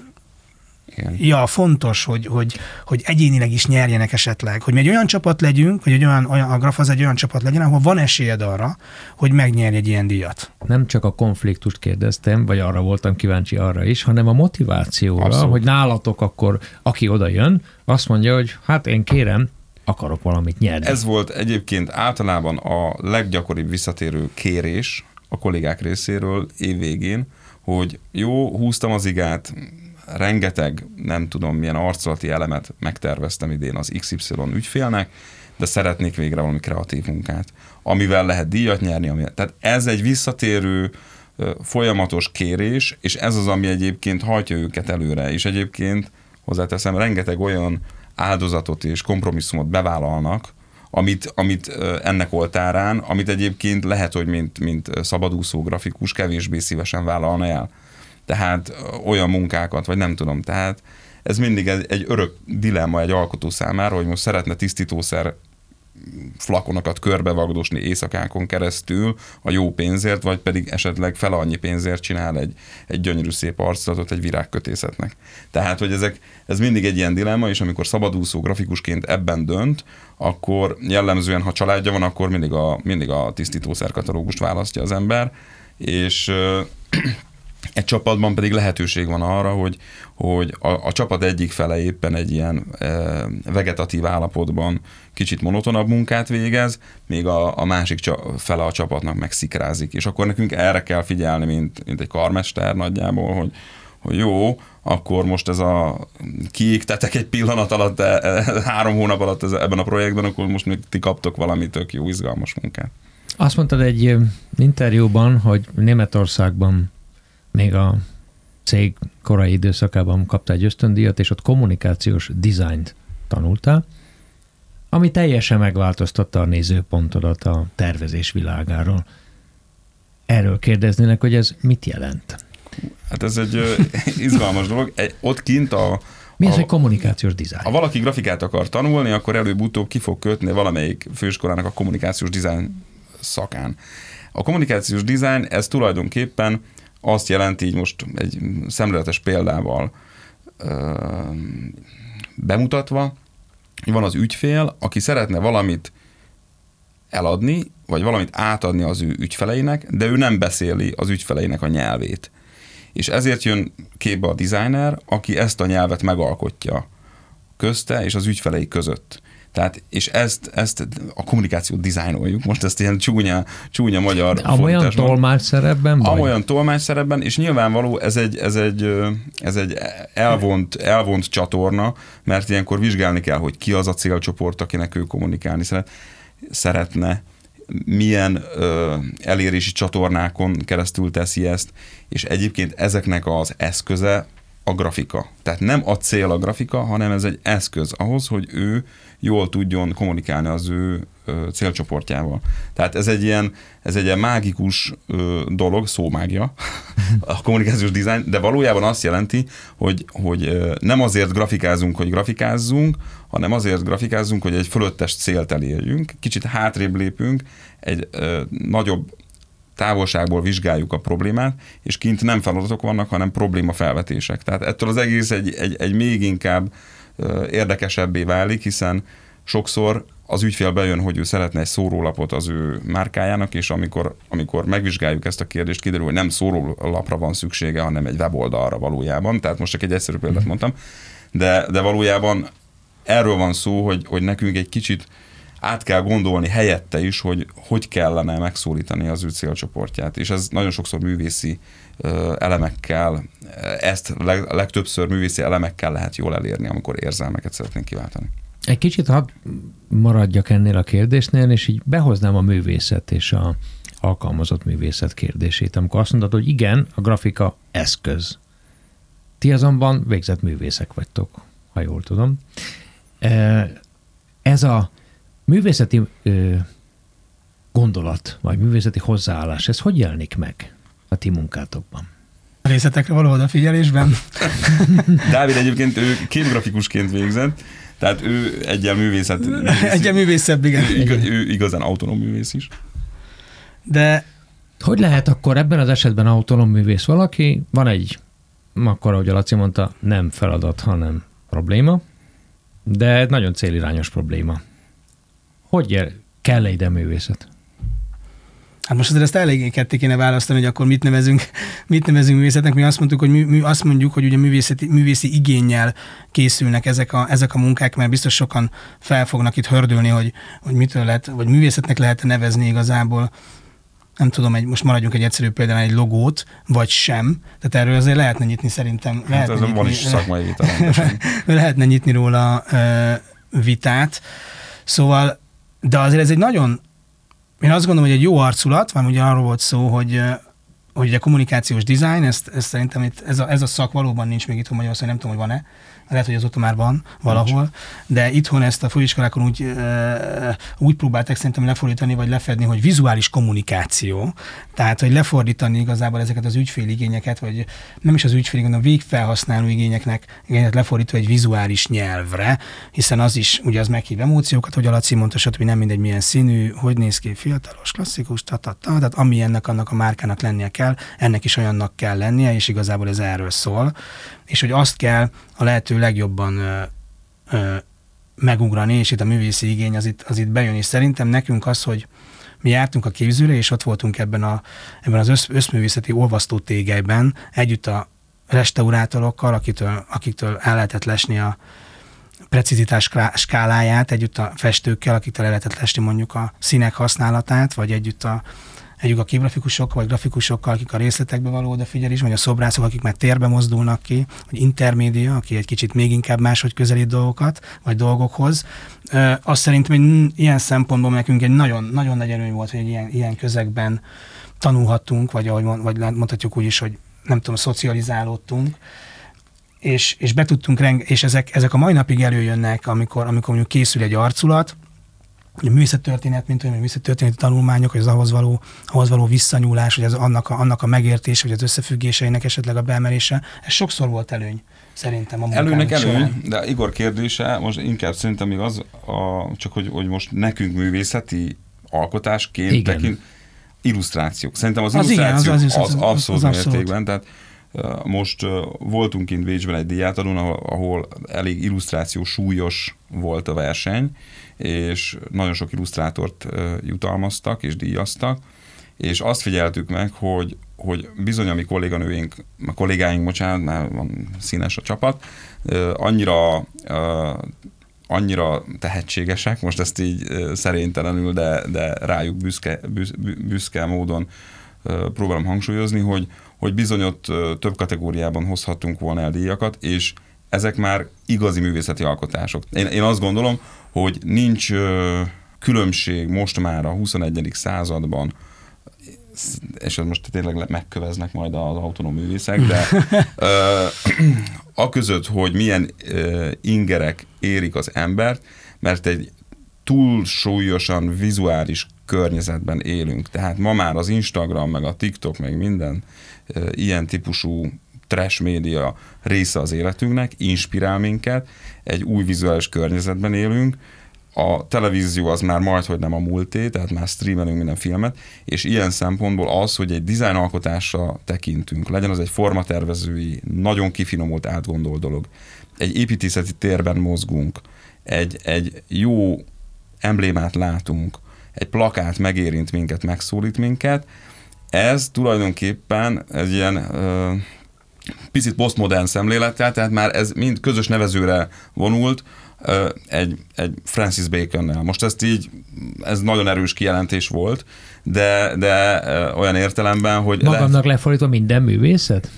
igen. Ja, fontos, hogy, hogy, hogy egyénileg is nyerjenek esetleg, hogy mi egy olyan csapat legyünk, hogy egy olyan, olyan, a Grafaz egy olyan csapat legyen, ahol van esélyed arra, hogy megnyerj egy ilyen díjat. Nem csak a konfliktust kérdeztem, vagy arra voltam kíváncsi arra is, hanem a motivációra, abszolút. Hogy nálatok akkor, aki oda jön, azt mondja, hogy hát én kérem, akarok valamit nyerni. Ez volt egyébként általában a leggyakoribb visszatérő kérés a kollégák részéről évvégén, hogy jó, húztam az igát, rengeteg, nem tudom milyen arcolati elemet megterveztem idén az iksz ipszilon ügyfélnek, de szeretnék végre valami kreatív munkát, amivel lehet díjat nyerni. Ami... Tehát ez egy visszatérő, folyamatos kérés, és ez az, ami egyébként hajtja őket előre, és egyébként hozzáteszem, rengeteg olyan áldozatot és kompromisszumot bevállalnak, amit, amit ennek oltárán, amit egyébként lehet, hogy mint, mint szabadúszó grafikus kevésbé szívesen vállalna el. Tehát olyan munkákat, vagy nem tudom, tehát ez mindig egy, egy örök dilemma egy alkotó számára, hogy most szeretne tisztítószer flakonokat körbevagdosni éjszakánkon keresztül a jó pénzért, vagy pedig esetleg fele annyi pénzért csinál egy, egy gyönyörű szép arculatot egy virágkötészetnek. Tehát, hogy ezek, ez mindig egy ilyen dilemma, és amikor szabadúszó grafikusként ebben dönt, akkor jellemzően, ha családja van, akkor mindig a, mindig a tisztítószer katalógust választja az ember, és egy csapatban pedig lehetőség van arra, hogy, hogy a, a csapat egyik fele éppen egy ilyen e, vegetatív állapotban kicsit monotonabb munkát végez, még a, a másik csa, fele a csapatnak megszikrázik. És akkor nekünk erre kell figyelni, mint, mint egy karmester nagyjából, hogy, hogy jó, akkor most ez a kiégtetek egy pillanat alatt, e, e, három hónap alatt ez, ebben a projektben, akkor most még ti kaptok valami tök jó, izgalmas munkát. Azt mondtad egy interjúban, hogy Németországban még a cég korai időszakában kaptál egy ösztöndíjat, és ott kommunikációs dizájnt tanultál, ami teljesen megváltoztatta a nézőpontodat a tervezés világáról. Erről kérdeznének, hogy ez mit jelent? Hát ez egy uh, izgalmas dolog. Egy, ott kint a... Mi az, a, egy kommunikációs dizájn? Ha valaki grafikát akar tanulni, akkor előbb-utóbb ki fog kötni valamelyik főiskolának a kommunikációs dizájn szakán. A kommunikációs dizájn, ez tulajdonképpen azt jelenti, így most egy szemléletes példával ö, bemutatva, hogy van az ügyfél, aki szeretne valamit eladni, vagy valamit átadni az ő ügyfeleinek, de ő nem beszéli az ügyfeleinek a nyelvét. És ezért jön képbe a designer, aki ezt a nyelvet megalkotja közte és az ügyfelei között. Tehát, és ezt, ezt a kommunikációt dizájnoljuk, most ezt ilyen csúnya, csúnya magyar Amolyan tolmács szerepben? Amolyan tolmács szerepben, és nyilvánvaló ez egy, ez egy, ez egy elvont, elvont csatorna, mert ilyenkor vizsgálni kell, hogy ki az a célcsoport, akinek ő kommunikálni szeret, szeretne, milyen ö, elérési csatornákon keresztül teszi ezt, és egyébként ezeknek az eszköze a grafika. Tehát nem a cél a grafika, hanem ez egy eszköz ahhoz, hogy ő jól tudjon kommunikálni az ő ö, célcsoportjával. Tehát ez egy ilyen, ez egy ilyen mágikus ö, dolog, szómágia, a kommunikációs dizájn, de valójában azt jelenti, hogy, hogy ö, nem azért grafikázunk, hogy grafikázzunk, hanem azért grafikázzunk, hogy egy fölöttes célt elérjünk, kicsit hátrébb lépünk, egy ö, nagyobb távolságból vizsgáljuk a problémát, és kint nem feladatok vannak, hanem problémafelvetések. Tehát ettől az egész egy, egy, egy még inkább ö, érdekesebbé válik, hiszen sokszor az ügyfél bejön, hogy ő szeretne egy szórólapot az ő márkájának, és amikor, amikor megvizsgáljuk ezt a kérdést, kiderül, hogy nem szórólapra van szüksége, hanem egy weboldalra valójában. Tehát most csak egy egyszerű példát mondtam, de, de valójában erről van szó, hogy, hogy nekünk egy kicsit át kell gondolni helyette is, hogy hogy kellene megszólítani az ő célcsoportját. És ez nagyon sokszor művészi elemekkel, ezt leg, legtöbbször művészi elemekkel lehet jól elérni, amikor érzelmeket szeretnénk kiváltani. Egy kicsit hadd maradjak ennél a kérdésnél, és így behoznám a művészet és a alkalmazott művészet kérdését, amikor azt mondod, hogy igen, a grafika eszköz. Ti azonban végzett művészek vagytok, ha jól tudom. Ez a művészeti ö, gondolat, vagy művészeti hozzáállás, ez hogy jelenik meg a ti munkátokban? A részletekre való odafigyelésben? Dávid egyébként ő képgrafikusként végzett, tehát ő egyen művészet. Egyen művészebb, igen. Ő, igaz, ő igazán autonóm művész is. De... Hogy lehet akkor ebben az esetben autonóm művész valaki? Van egy, akkor ahogy a Laci mondta, nem feladat, hanem probléma, de nagyon célirányos probléma. Hogy ér, kell ide művészet? Hát most azért ezt eléggé ketté kéne választani, hogy akkor mit nevezünk, mit nevezünk művészetnek. Mi azt mondtuk, hogy mű, mű, azt mondjuk, hogy ugye művészeti, művészi igénnyel készülnek ezek a, ezek a munkák, mert biztos sokan fel fognak itt hördülni, hogy, hogy mitől lehet, vagy művészetnek lehet nevezni igazából. Nem tudom, egy, most maradjunk egy egyszerű példán, egy logót, vagy sem. Tehát erről azért lehetne nyitni szerintem. Hát ez van is szakmai vita. Lehetne nyitni róla uh, vitát. Szóval, de azért ez egy nagyon, én azt gondolom, hogy egy jó arculat, mert ugye arról volt szó, hogy, hogy a kommunikációs dizájn, ezt, ezt szerintem itt, ez, a, ez a szak valóban nincs még itthon Magyarországon, nem tudom, hogy van-e, lehet, hogy azóta már van valahol, nincs. De itthon ezt a főiskolákon úgy, úgy próbálták szerintem lefordítani, vagy lefedni, hogy vizuális kommunikáció, tehát, hogy lefordítani igazából ezeket az ügyféligényeket, vagy nem is az ügyféligény, hanem a végfelhasználó igényeknek igényeket lefordítva egy vizuális nyelvre, hiszen az is, ugye az meghív emóciókat, hogy a Laci mondta, stb. Nem mindegy milyen színű, hogy néz ki, fiatalos, klasszikus, ta-ta-ta, tehát ami ennek annak a márkának lennie kell, ennek is olyannak kell lennie, és igazából ez erről szól, és hogy azt kell a lehető legjobban ö, ö, megugrani, és itt a művészi igény az itt, az itt bejön, és szerintem nekünk az, hogy mi jártunk a képzőre, és ott voltunk ebben, a, ebben az össz, összművészeti olvasztó tégelyben, együtt a restaurátorokkal, akitől, akiktől el lehetett lesni a precizitás skáláját, együtt a festőkkel, akiktől el lehetett lesni mondjuk a színek használatát, vagy együtt a Együk a képgrafikusokkal, vagy grafikusokkal, akik a részletekbe való odafigyelés, vagy a szobrászok, akik már térbe mozdulnak ki, vagy intermédia, aki egy kicsit még inkább máshogy közelít dolgokat, vagy dolgokhoz. Azt szerintem egy ilyen szempontból nekünk egy nagyon, nagyon nagy előny volt, hogy egy ilyen, ilyen közegben tanulhattunk, vagy ahogy vagy mondhatjuk úgy is, hogy nem tudom, szocializálódtunk, és, és be tudtunk, reng- és ezek, ezek a mai napig előjönnek, amikor, amikor mondjuk készül egy arculat, a művészettörténet, mint olyan művészettörténeti tanulmányok, hogy az ahhoz való, ahhoz való visszanyúlás, hogy az annak, a, annak a megértés, vagy az összefüggéseinek esetleg a beemelése, ez sokszor volt előny, szerintem a munkánk Előnynek előny, során. De Igor kérdése, most inkább szerintem még az, a, csak hogy, hogy most nekünk művészeti alkotásként igen. tekint, illusztrációk. Szerintem az, az illusztrációk igen, az, az, az, az, az abszolút az mértékben, tehát uh, most uh, voltunk kint Bécsben egy díjátadón, ahol, ahol elég illusztráció súlyos volt a verseny, és nagyon sok illusztrátort uh, jutalmaztak és díjaztak, és azt figyeltük meg, hogy, hogy bizony a mi kolléganőink, a kollégáink, bocsánat, már van színes a csapat, uh, annyira uh, annyira tehetségesek, most ezt így szerénytelenül, de, de rájuk büszke, büszke módon próbálom hangsúlyozni, hogy, hogy bizony ott több kategóriában hozhatunk volna el díjakat, és ezek már igazi művészeti alkotások. Én, én azt gondolom, hogy nincs különbség most már a huszonegyedik században, és ez most tényleg megköveznek majd az autonóm művészek, de ö, aközött, hogy milyen ö, ingerek érik az embert, mert egy túlsúlyosan vizuális környezetben élünk. Tehát ma már az Instagram, meg a TikTok, meg minden ö, ilyen típusú trash média része az életünknek, inspirál minket, egy új vizuális környezetben élünk, a televízió az már majdhogy nem a múlté, tehát már streamelünk minden filmet, és ilyen szempontból az, hogy egy dizájnalkotásra tekintünk, legyen az egy formatervezői, nagyon kifinomult, átgondolt dolog, egy építészeti térben mozgunk, egy, egy jó emblémát látunk, egy plakát megérint minket, megszólít minket, ez tulajdonképpen egy ilyen ö, picit posztmodern szemlélettel, tehát már ez mind közös nevezőre vonult, Egy, egy Francis Baconnel. Most ezt így, ez nagyon erős kijelentés volt, de, de olyan értelemben, hogy... Magamnak lehet, lefordítva minden művészet?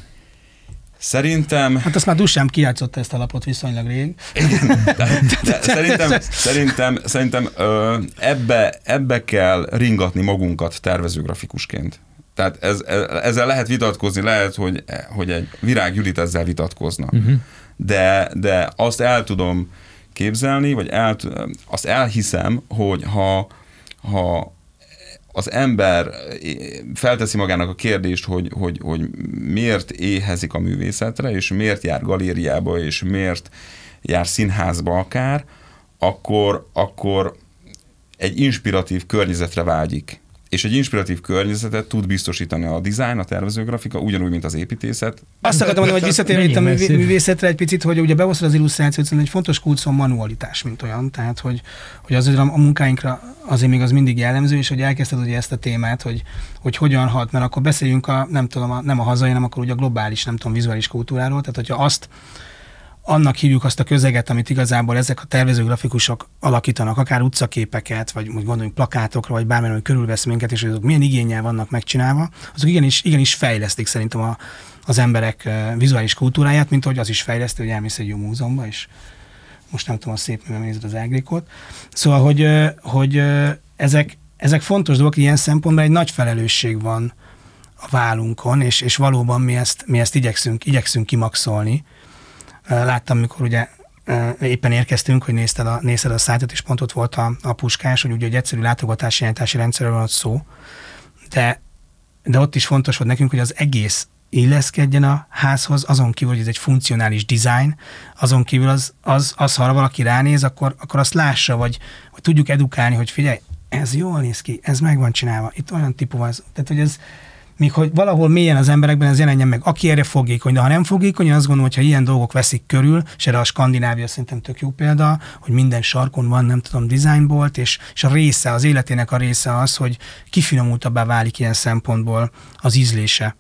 Szerintem... Hát azt már Duchamp kijátszotta ezt a lapot viszonylag rég. De, de szerintem, szerintem, szerintem ebbe, ebbe kell ringatni magunkat tervezőgrafikusként. Tehát ez, ezzel lehet vitatkozni, lehet, hogy, hogy egy Virág Judit ezzel vitatkozna. Uh-huh. De, de azt el tudom képzelni, vagy el, azt elhiszem, hogy ha, ha az ember felteszi magának a kérdést, hogy, hogy, hogy miért éhezik a művészetre, és miért jár galériába, és miért jár színházba akár, akkor, akkor egy inspiratív környezetre vágyik. És egy inspiratív környezetet tud biztosítani a dizájn, a tervezőgrafika, ugyanúgy, mint az építészet. Azt akartam mondani, hogy visszatérve itt a művészetre egy picit, hogy ugye behoztad az illusztrációt, szerintem egy fontos kulcs a manualitás, mint olyan. Tehát, hogy, hogy azért a munkáinkra azért még az mindig jellemző, és hogy elkezdted ugye ezt a témát, hogy, hogy hogyan hat, mert akkor beszéljünk a, nem tudom, a, nem a hazai, hanem akkor ugye a globális, nem tudom, vizuális kultúráról. Tehát, hogyha azt annak hívjuk azt a közeget, amit igazából ezek a tervezőgrafikusok alakítanak, akár utcaképeket, vagy úgy gondoljunk plakátokra, vagy bármilyen, hogy körülvesz minket, és azok milyen igénnyel vannak megcsinálva, azok igenis, igenis fejlesztik szerintem a, az emberek vizuális kultúráját, mint hogy az is fejleszti, hogy elmész egy jó múzeumba, és most nem tudom, a szép művel nézed az Ágrékot. Szóval, hogy, hogy ezek, ezek fontos dolgok, ilyen szempontból egy nagy felelősség van a vállunkon, és, és valóban mi ezt, mi ezt igyekszünk, igyekszünk kimaxolni. Láttam, mikor ugye éppen érkeztünk, hogy nézted a, nézted a szájtot, és pont ott volt a, a Puskás, hogy ugye egy egyszerű látogatási irányítási rendszerről van ott szó, de, de ott is fontos volt nekünk, hogy az egész illeszkedjen a házhoz, azon kívül, hogy ez egy funkcionális design, azon kívül az, az, az ha valaki ránéz, akkor, akkor azt lássa, vagy, vagy tudjuk edukálni, hogy figyelj, ez jól néz ki, ez meg van csinálva, itt olyan típú van, tehát hogy ez míg hogy valahol mélyen az emberekben ez jelenjen meg, aki erre fogékony, de ha nem fogékony, én azt gondolom, hogy ha ilyen dolgok veszik körül, és erre a Skandinávia szerintem tök jó példa, hogy minden sarkon van, nem tudom, designbolt, és, és a része, az életének a része az, hogy kifinomultabbá válik ilyen szempontból az ízlése.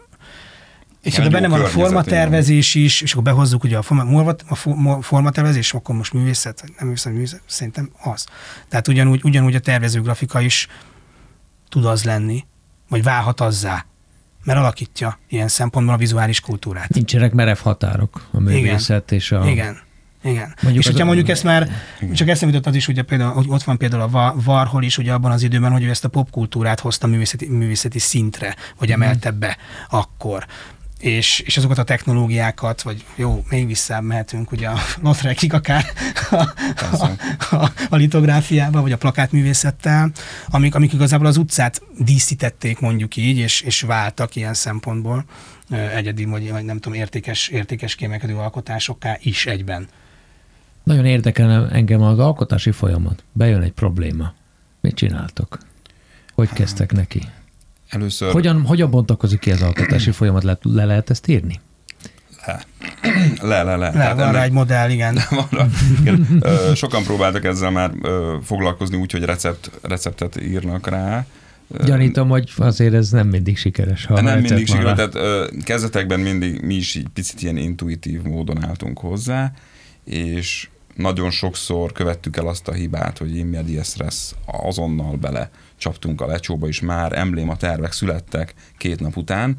És akkor benne van a formatervezés is, és akkor behozzuk ugye a, forma, a formatervezés, akkor most művészet, nem művészet, művészet, szerintem az. Tehát ugyanúgy, ugyanúgy a tervezőgrafika is tud az lenni, vagy válhat azzá, mert alakítja ilyen szempontból a vizuális kultúrát. Nincsenek merev határok a művészet és a... Igen, igen. Mondjuk és hogyha mondjuk ezt már, igen. Csak eszembe jutott az is, ugye például, hogy ott van például a Warhol is, ugye abban az időben, hogy ő ezt a popkultúrát hozta művészeti, művészeti szintre, vagy emelte be akkor. És, és azokat a technológiákat, vagy jó, még visszább mehetünk ugye a Lautrecig akár a, a, a, a litográfiába, vagy a plakátművészettel, amik, amik igazából az utcát díszítették mondjuk így, és, és váltak ilyen szempontból egyedi, vagy, vagy nem tudom, értékes, értékes kiemelkedő alkotásokká is egyben. Nagyon érdekel engem az alkotási folyamat. Bejön egy probléma. Mit csináltok? Hogy kezdtek neki? Először... Hogyan, hogyan bontakozik ki az alkotási folyamat? Le, le lehet ezt írni? Le. Le, le, le. Le, van rá egy modell, igen. igen. Ö, sokan próbáltak ezzel már ö, foglalkozni úgy, hogy recept, receptet írnak rá. Gyanítom, hogy azért ez nem mindig sikeres. Ha nem mindig sikeres, tehát ö, kezdetekben mindig mi is így picit ilyen intuitív módon álltunk hozzá, és nagyon sokszor követtük el azt a hibát, hogy in medias res, azonnal bele csaptunk a lecsóba, és már embléma tervek születtek két nap után,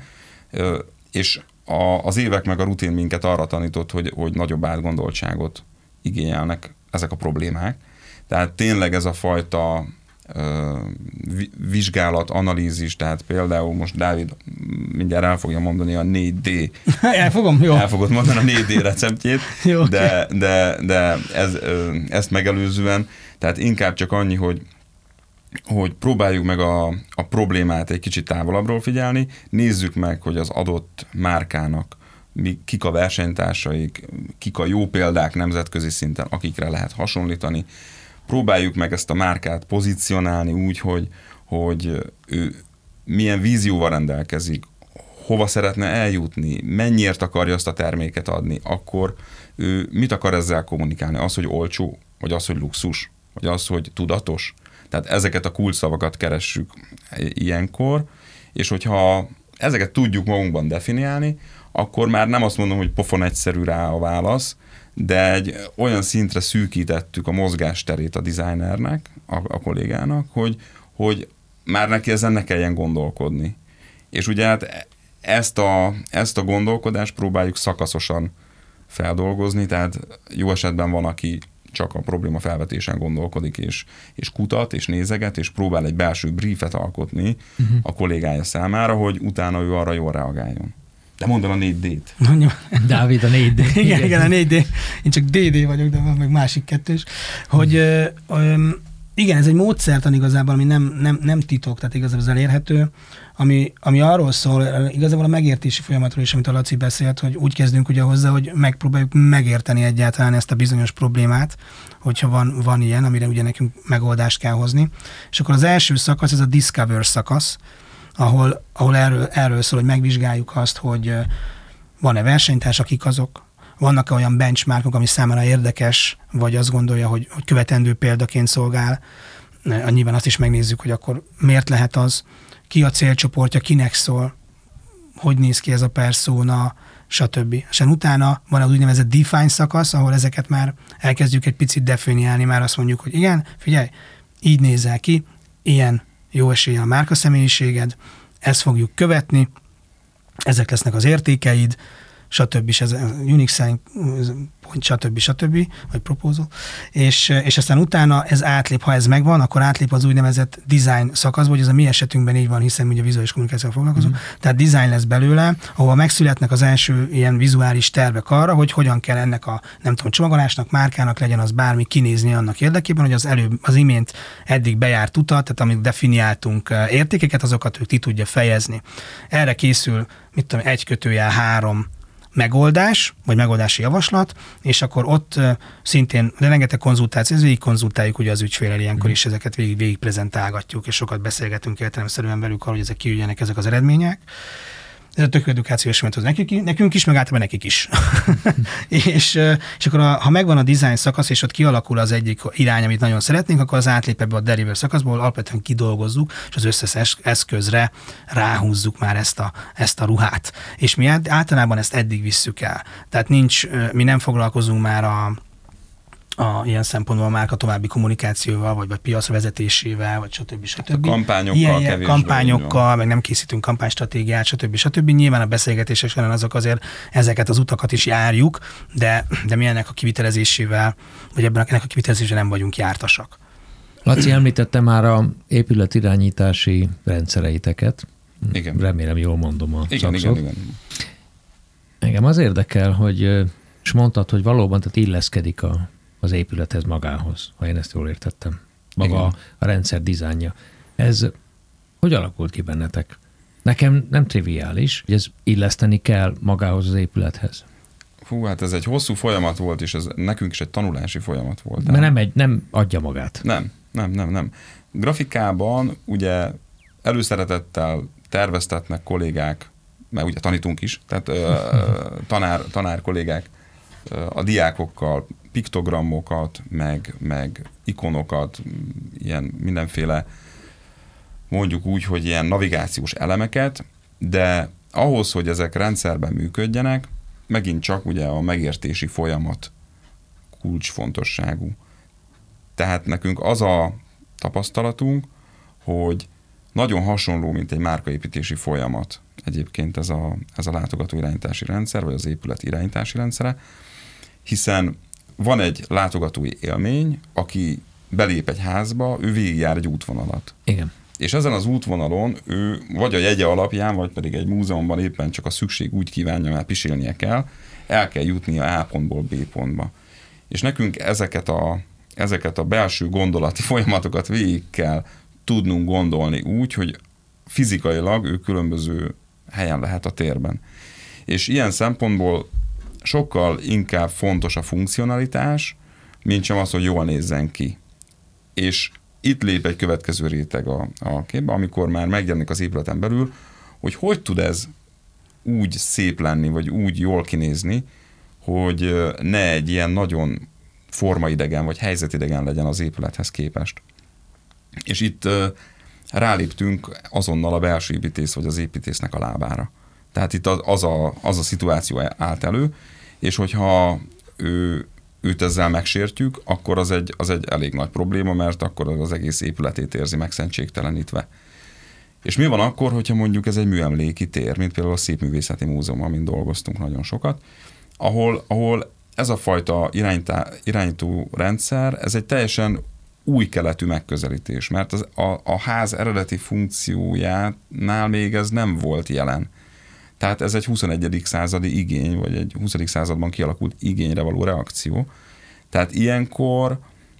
és a, az évek meg a rutin minket arra tanított, hogy, hogy nagyobb átgondoltságot igényelnek ezek a problémák. Tehát tényleg ez a fajta uh, vizsgálat, analízis, tehát például most Dávid mindjárt el fogja mondani a négy dé. Elfogom, jó. El fogod mondani a négy dé receptjét, jó, de, de, de ez, ezt megelőzően, tehát inkább csak annyi, hogy hogy próbáljuk meg a, a problémát egy kicsit távolabbról figyelni, nézzük meg, hogy az adott márkának mi, kik a versenytársaik, kik a jó példák nemzetközi szinten, akikre lehet hasonlítani. Próbáljuk meg ezt a márkát pozícionálni úgy, hogy, hogy ő milyen vízióval rendelkezik, hova szeretne eljutni, mennyiért akarja azt a terméket adni, akkor ő mit akar ezzel kommunikálni? Az, hogy olcsó, vagy az, hogy luxus, vagy az, hogy tudatos. Tehát ezeket a kulcsszavakat keressük ilyenkor, és hogyha ezeket tudjuk magunkban definiálni, akkor már nem azt mondom, hogy pofon egyszerű rá a válasz, de egy olyan szintre szűkítettük a mozgásterét a designernek, a, a kollégának, hogy, hogy már neki ezen ne kelljen gondolkodni. És ugye hát ezt a, ezt a gondolkodást próbáljuk szakaszosan feldolgozni, tehát jó esetben van, aki csak a probléma felvetésen gondolkodik, és, és kutat, és nézeget, és próbál egy belső briefet alkotni uh-huh. a kollégája számára, hogy utána ő arra jól reagáljon. De mondd el a négy dét. Dávid, a négy dé. Igen, igen, a négy dé. Én csak dé dé vagyok, de van meg másik kettős. Hogy ö, ö, igen, ez egy módszertan igazából, ami nem, nem, nem titok, tehát igazából ez elérhető, ami, ami arról szól, igazából a megértési folyamatról is, amit a Laci beszélt, hogy úgy kezdünk ugye hozzá, hogy megpróbáljuk megérteni egyáltalán ezt a bizonyos problémát, hogyha van, van ilyen, amire ugye nekünk megoldást kell hozni. És akkor az első szakasz, ez a Discover szakasz, ahol, ahol erről, erről szól, hogy megvizsgáljuk azt, hogy van-e versenytárs, akik azok, vannak-e olyan benchmarkok, ami számára érdekes, vagy azt gondolja, hogy, hogy követendő példaként szolgál. Nyilván azt is megnézzük, hogy akkor miért lehet az, ki a célcsoportja, kinek szól, hogy néz ki ez a persona, stb. És utána van az úgynevezett define szakasz, ahol ezeket már elkezdjük egy picit definiálni, már azt mondjuk, hogy igen, figyelj, így nézel ki, ilyen jó esélye a márka személyiséged, ezt fogjuk követni, ezek lesznek az értékeid, stb. Ez unique selling point, stb. stb. Vagy proposal. És, és aztán utána ez átlép, ha ez megvan, akkor átlép az úgynevezett design szakaszba, hogy ez a mi esetünkben így van, hiszen ugye vizuális kommunikációval foglalkozunk. Mm. Tehát design lesz belőle, ahol megszületnek az első ilyen vizuális tervek arra, hogy hogyan kell ennek a, nem tudom, csomagolásnak, márkának legyen az bármi kinézni annak érdekében, hogy az előbb, az imént eddig bejárt utat, tehát amit definiáltunk értékeket, azokat ők ki tudja fejezni. Erre készül, mit tudom, egy kötőjel három megoldás, vagy megoldási javaslat, és akkor ott uh, szintén rengeteg konzultáció, ez végig konzultáljuk ugye az ügyféllel ilyenkor is, ezeket végig, végig prezentálgatjuk, és sokat beszélgetünk értelemszerűen velük arról, hogy ezek kijöjjenek ezek az eredmények. Ez a tök edukációs mentor nekünk, nekünk is, meg általában nekik is. és, és akkor a, ha megvan a design szakasz, és ott kialakul az egyik irány, amit nagyon szeretnénk, akkor az átlép ebbe a deliver szakaszból, alapvetően kidolgozzuk, és az összes eszközre ráhúzzuk már ezt a, ezt a ruhát. És mi általában ezt eddig visszük el. Tehát nincs, mi nem foglalkozunk már a A, ilyen szempontból a márka további kommunikációval, vagy, vagy piacra vezetésével, vagy stb. stb. A kampányokkal ilyen, kevésbé. Kampányokkal, meg nem készítünk kampánystratégiát, stb. stb. Nyilván a beszélgetések során azok azért ezeket az utakat is járjuk, de, de mi ennek a kivitelezésével, vagy ebben ennek a kivitelezésével nem vagyunk jártasak. Laci, említette már a épületirányítási rendszereiteket. Igen. Remélem jól mondom a igen, szakszót. igen, igen. Engem az érdekel, hogy és mondtad, hogy valóban tehát illeszkedik a az épülethez magához, ha én ezt jól értettem. Maga a, a rendszer dizájnja. Ez hogy alakult ki bennetek? Nekem nem triviális, hogy ez illeszteni kell magához az épülethez. Hú, hát ez egy hosszú folyamat volt, és ez nekünk is egy tanulási folyamat volt. Mert nem, egy, nem adja magát. Nem, nem, nem, nem. Grafikában ugye előszeretettel terveztetnek kollégák, mert ugye tanítunk is, tehát ö, tanár, tanár kollégák ö, a diákokkal piktogramokat, meg, meg ikonokat, ilyen mindenféle, mondjuk úgy, hogy ilyen navigációs elemeket, de ahhoz, hogy ezek rendszerben működjenek, megint csak ugye a megértési folyamat kulcsfontosságú. Tehát nekünk az a tapasztalatunk, hogy nagyon hasonló, mint egy márkaépítési folyamat egyébként ez a, ez a látogató irányítási rendszer, vagy az épület irányítási rendszere, hiszen van egy látogatói élmény, aki belép egy házba, ő végigjár egy útvonalat. Igen. És ezen az útvonalon ő vagy a jegye alapján, vagy pedig egy múzeumban éppen csak a szükség úgy kívánja, mert pisilnie kell, el kell jutnia A pontból B pontba. És nekünk ezeket a, ezeket a belső gondolati folyamatokat végig kell tudnunk gondolni úgy, hogy fizikailag ő különböző helyen lehet a térben. És ilyen szempontból sokkal inkább fontos a funkcionalitás, mint sem az, hogy jól nézzen ki. És itt lép egy következő réteg a, a képbe, amikor már megjelenik az épületen belül, hogy hogy tud ez úgy szép lenni, vagy úgy jól kinézni, hogy ne egy ilyen nagyon formaidegen, vagy helyzetidegen legyen az épülethez képest. És itt ráléptünk azonnal a belső építész, vagy az építésznek a lábára. Tehát itt az, az, a, az a szituáció állt elő, és hogyha ő, őt ezzel megsértjük, akkor az egy, az egy elég nagy probléma, mert akkor az egész épületét érzi megszentségtelenítve. És mi van akkor, hogyha mondjuk ez egy műemléki tér, mint például a Szépművészeti Múzeum, amin dolgoztunk nagyon sokat, ahol, ahol ez a fajta irányítá, irányító rendszer, ez egy teljesen új keletű megközelítés, mert az, a, a ház eredeti funkciójánál még ez nem volt jelen. Tehát ez egy huszonegyedik századi igény, vagy egy huszadik században kialakult igényre való reakció. Tehát ilyenkor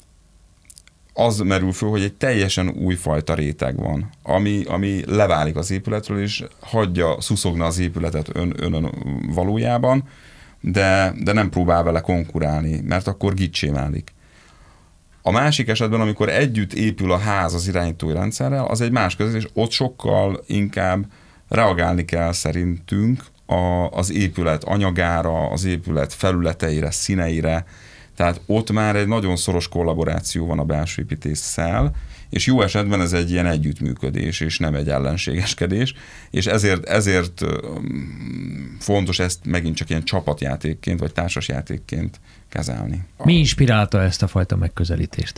az merül föl, hogy egy teljesen újfajta réteg van, ami, ami leválik az épületről, és hagyja szuszogna az épületet ön, önön valójában, de, de nem próbál vele konkurálni, mert akkor gicsé válik. A másik esetben, amikor együtt épül a ház az irányítói rendszerrel, az egy más közelítés, ott sokkal inkább reagálni kell szerintünk a, az épület anyagára, az épület felületeire, színeire, tehát ott már egy nagyon szoros kollaboráció van a belső építésszel, és jó esetben ez egy ilyen együttműködés, és nem egy ellenségeskedés, és ezért, ezért fontos ezt megint csak ilyen csapatjátékként, vagy társasjátékként kezelni. Mi inspirálta ezt a fajta megközelítést?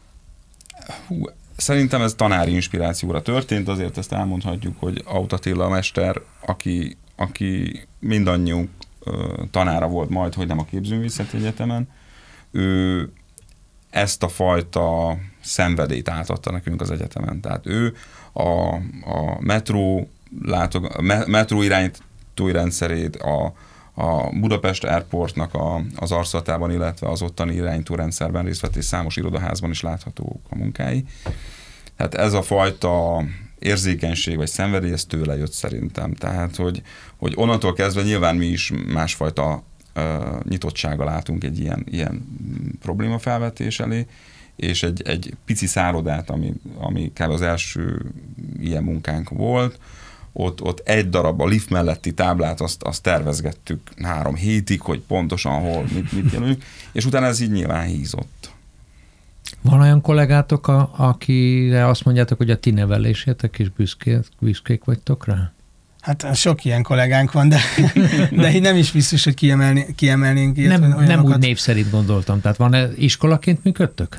Hú, szerintem ez tanári inspirációra történt, azért ezt elmondhatjuk, hogy Auth Attila mester, aki, aki mindannyiunk tanára volt majd, hogy nem a Képzőművészeti Egyetemen, ő ezt a fajta szenvedélyt átadta nekünk az egyetemen. Tehát ő a, a metró, látog, a metró irányítói rendszerét, a, a Budapest Airportnak a, az arclatában, illetve az ottani irányítórendszerben részt vett, és számos irodaházban is láthatók a munkái. Tehát ez a fajta érzékenység vagy szenvedély, ez tőle jött szerintem. Tehát, hogy, hogy onnantól kezdve nyilván mi is másfajta uh, nyitottsággal látunk egy ilyen, ilyen problémafelvetés elé, és egy, egy pici szállodát, ami, ami kb. Az első ilyen munkánk volt, ott, ott egy darab a lift melletti táblát, azt, azt tervezgettük három hétig, hogy pontosan hol, mit, mit jelölünk, és utána ez így nyilván hízott. Van olyan kollégátok, a, akire azt mondjátok, hogy a ti nevelésétek és büszkék, büszkék vagytok rá? Hát sok ilyen kollégánk van, de, de így nem is biztos, hogy kiemelni, kiemelnénk ilyet. Nem, nem úgy név szerint gondoltam. Tehát van-e iskolaként működtök?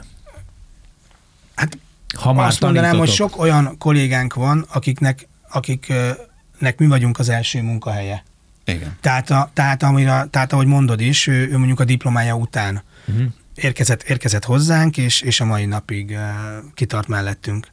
Hát ha már azt mondanám, hogy sok olyan kollégánk van, akiknek, akiknek mi vagyunk az első munkahelye. Igen. Tehát, a, tehát, amire, tehát ahogy mondod is, ő, ő mondjuk a diplomája után uh-huh. érkezett, érkezett hozzánk, és, és a mai napig uh, kitart mellettünk.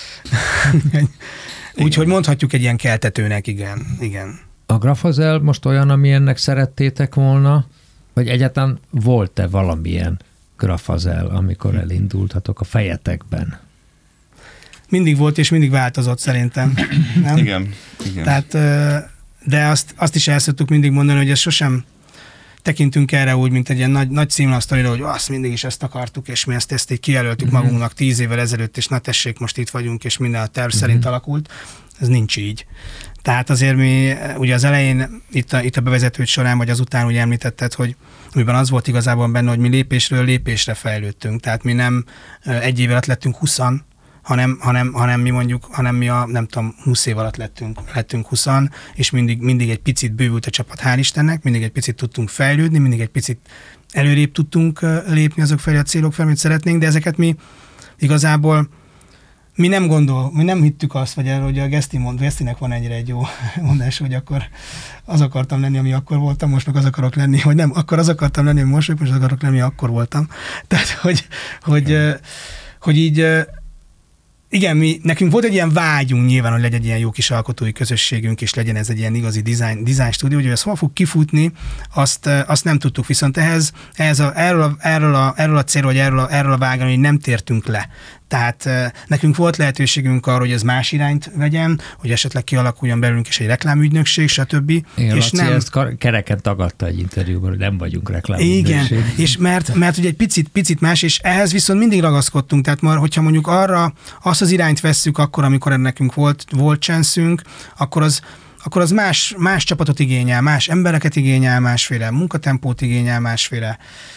Úgyhogy mondhatjuk egy ilyen keltetőnek, igen. igen. A Grafazel most olyan, amilyennek szerettétek volna, vagy egyáltalán volt-e valamilyen Grafazel, amikor elindultatok a fejetekben? Mindig volt, és mindig változott szerintem. Nem? Igen. igen. Tehát, de azt, azt is el szoktuk mindig mondani, hogy ez sosem tekintünk erre úgy, mint egy ilyen nagy, nagy címlasztalira, hogy azt mindig is ezt akartuk, és mi ezt, ezt így kijelöltük uh-huh. magunknak tíz évvel ezelőtt, és na tessék, most itt vagyunk, és minden a terv uh-huh. szerint alakult. Ez nincs így. Tehát azért mi ugye az elején, itt a, itt a bevezetőt során, vagy azután ugye említetted, hogy amiben az volt igazából benne, hogy mi lépésről lépésre fejlődtünk. Tehát mi nem egy év alatt lettünk huszan, hanem, hanem, hanem mi mondjuk, hanem mi a, nem tudom, húsz év alatt lettünk, lettünk húszan, és mindig, mindig egy picit bővült a csapat, hál' Istennek, mindig egy picit tudtunk fejlődni, mindig egy picit előrébb tudtunk lépni azok felé a célok felé, amit szeretnénk, de ezeket mi igazából mi nem gondol, mi nem hittük azt, vagy erről, hogy a Geszti mond, Gesztinek van ennyire egy jó mondás, hogy akkor az akartam lenni, ami akkor voltam, most meg az akarok lenni, hogy nem, akkor az akartam lenni, ami most meg most az akarok lenni, ami akkor voltam. Tehát, hogy, hogy, hogy így igen, mi, nekünk volt egy ilyen vágyunk nyilván, hogy legyen egy ilyen jó kis alkotói közösségünk, és legyen ez egy ilyen igazi design, design stúdió, hogy ez hol fog kifutni, azt, azt nem tudtuk, viszont ehhez, ehhez a, erről, a, erről, a, erről a célról, vagy erről a, erről a vágon, hogy nem tértünk le. Tehát nekünk volt lehetőségünk arra, hogy ez más irányt vegyen, hogy esetleg kialakuljon belőlünk is egy reklámügynökség, stb. Igen, és Laci nem... ezt kereken tagadta egy interjúban, hogy nem vagyunk reklámügynökség. Igen, és mert, mert ugye egy picit, picit más, és ehhez viszont mindig ragaszkodtunk, tehát már, hogyha mondjuk arra azt az irányt vesszük akkor, amikor nekünk volt, volt csenszünk, akkor az akkor az más, más csapatot igényel, más embereket igényel, másféle munkatempót igényel, másféle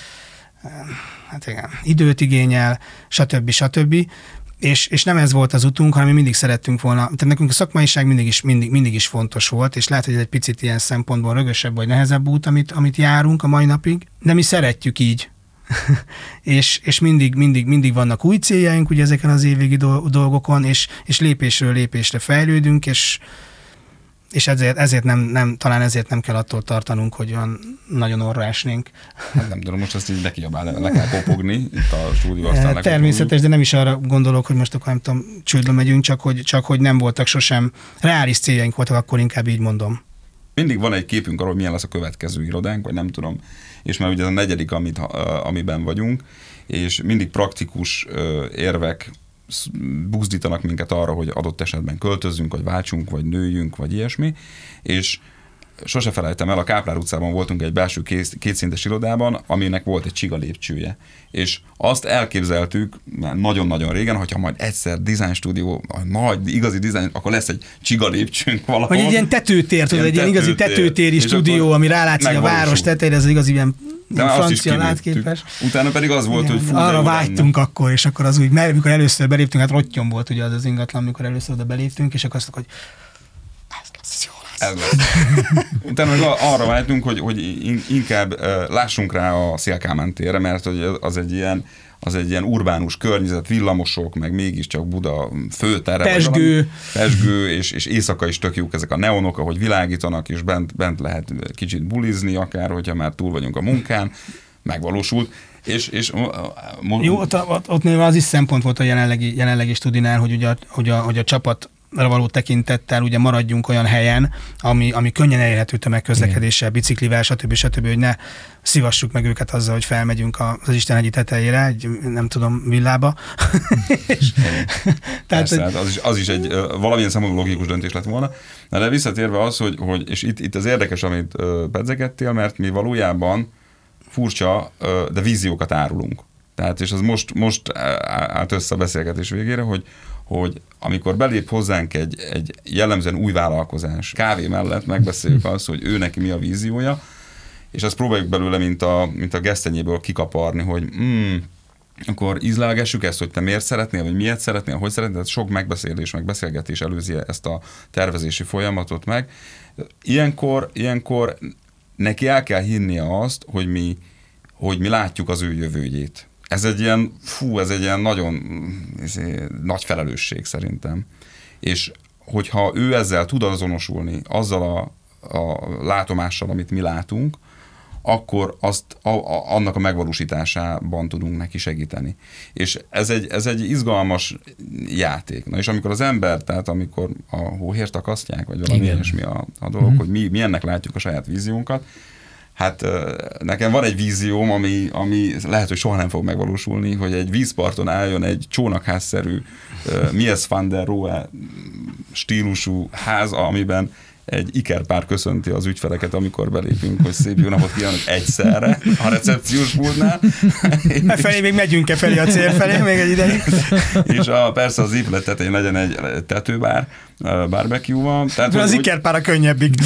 hát igen, időt igényel, stb. stb. És, és nem ez volt az utunk, hanem mi mindig szerettünk volna. Tehát nekünk a szakmaiság mindig is, mindig, mindig is fontos volt, és lehet, hogy ez egy picit ilyen szempontból rögösebb vagy nehezebb út, amit, amit járunk a mai napig, de mi szeretjük így. és és mindig, mindig, mindig vannak új céljaink ugye ezeken az évvégi dolgokon, és, és lépésről lépésre fejlődünk, és és ezért, ezért nem, nem, talán ezért nem kell attól tartanunk, hogy olyan nagyon orra esnénk. Hát nem tudom, most ezt így nekiabál, le kell kopogni itt a stúdió, aztán természetes, de nem is arra gondolok, hogy most akkor nem tudom, csődbe megyünk, csak hogy, csak hogy nem voltak sosem reális céljaink voltak, akkor inkább így mondom. Mindig van egy képünk arról, milyen lesz a következő irodánk, vagy nem tudom, és már ugye ez a negyedik, amit, amiben vagyunk, és mindig praktikus érvek buzdítanak minket arra, hogy adott esetben költözzünk, vagy váltsunk, vagy nőjünk, vagy ilyesmi, és sose felejtem el, a Káplár utcában voltunk egy belső kétszintes irodában, aminek volt egy csiga lépcsője. És azt elképzeltük nagyon-nagyon régen, hogyha majd egyszer design stúdió, nagy, igazi design, akkor lesz egy csiga lépcsőnk valahol. Vagy egy ilyen tetőtér, tudod, egy ilyen igazi tetőtéri stúdió, ami rálátszik a város tetejére, ez az igazi ilyen francia látképes. Utána pedig az volt, igen, hogy fú, arra vágytunk lenne. Akkor, és akkor az úgy, mert mikor először beléptünk, hát rottyom volt ugye az az ingatlan, mikor először oda beléptünk, és akkor azt hogy ez lesz, jó lesz. Ez lesz. Utána meg arra vágytunk, hogy, hogy inkább lássunk rá a Széll-Kálmán térre, mert hogy az egy ilyen az egy ilyen urbánus környezet, villamosok, meg mégiscsak Buda főtere. Pezsgő. Pezsgő, és, és éjszaka is tök jók ezek a neonok, ahogy világítanak, és bent, bent lehet kicsit bulizni, akár, hogyha már túl vagyunk a munkán, megvalósult. És, és, mo- Jó, ott, ott, ott az is szempont volt a jelenlegi, jelenlegi studinál, hogy, ugye, hogy, a, hogy a csapat való tekintettel ugye maradjunk olyan helyen, ami, ami könnyen elérhető tömegközlekedéssel, biciklivel, stb. stb., hogy ne szivassuk meg őket azzal, hogy felmegyünk az Istenhegyi tetejére, egy, nem tudom, villába. és, tehát, Persze, hogy... az, is, az is egy valamilyen szempontból logikus döntés lett volna. Na, de visszatérve az, hogy, hogy és itt, itt az érdekes, amit pedzegettél, mert mi valójában furcsa, de víziókat árulunk. Tehát, és az most, most állt össze a beszélgetés végére, hogy hogy amikor belép hozzánk egy, egy jellemzően új vállalkozás, kávé mellett megbeszéljük azt, hogy ő neki mi a víziója, és azt próbáljuk belőle, mint a, mint a gesztenyéből kikaparni, hogy mm, akkor ízlelgessük ezt, hogy te miért szeretnél, vagy miért szeretnél, hogy szeretnél, tehát sok megbeszélés, meg beszélgetés előzi ezt a tervezési folyamatot meg. Ilyenkor, ilyenkor neki el kell hinnie azt, hogy mi, hogy mi látjuk az ő jövőjét. Ez egy ilyen, fú, ez egy ilyen nagyon ez nagy felelősség szerintem. És hogyha ő ezzel tud azonosulni, azzal a, a látomással, amit mi látunk, akkor azt, a, a, annak a megvalósításában tudunk neki segíteni. És ez egy, ez egy izgalmas játék. Na és amikor az ember, tehát amikor a hóhért akasztják, vagy valami ilyesmi a, a dolog, mm-hmm. hogy mi, mi ennek látjuk a saját víziónkat, hát nekem van egy vízióm, ami, ami lehet, hogy soha nem fog megvalósulni, hogy egy vízparton álljon egy csónakházszerű Mies van der Rohe stílusú ház, amiben egy ikerpár köszönti az ügyfeleket, amikor belépünk, hogy szép jó napot kívánok egyszerre a recepciós pultnál. E felé még megyünk-e felé a cél felé, még egy ideig. És a, persze az épület tetején legyen egy tetőbár, barbecue-val. Tehát, az hogy, ikerpár a könnyebbik.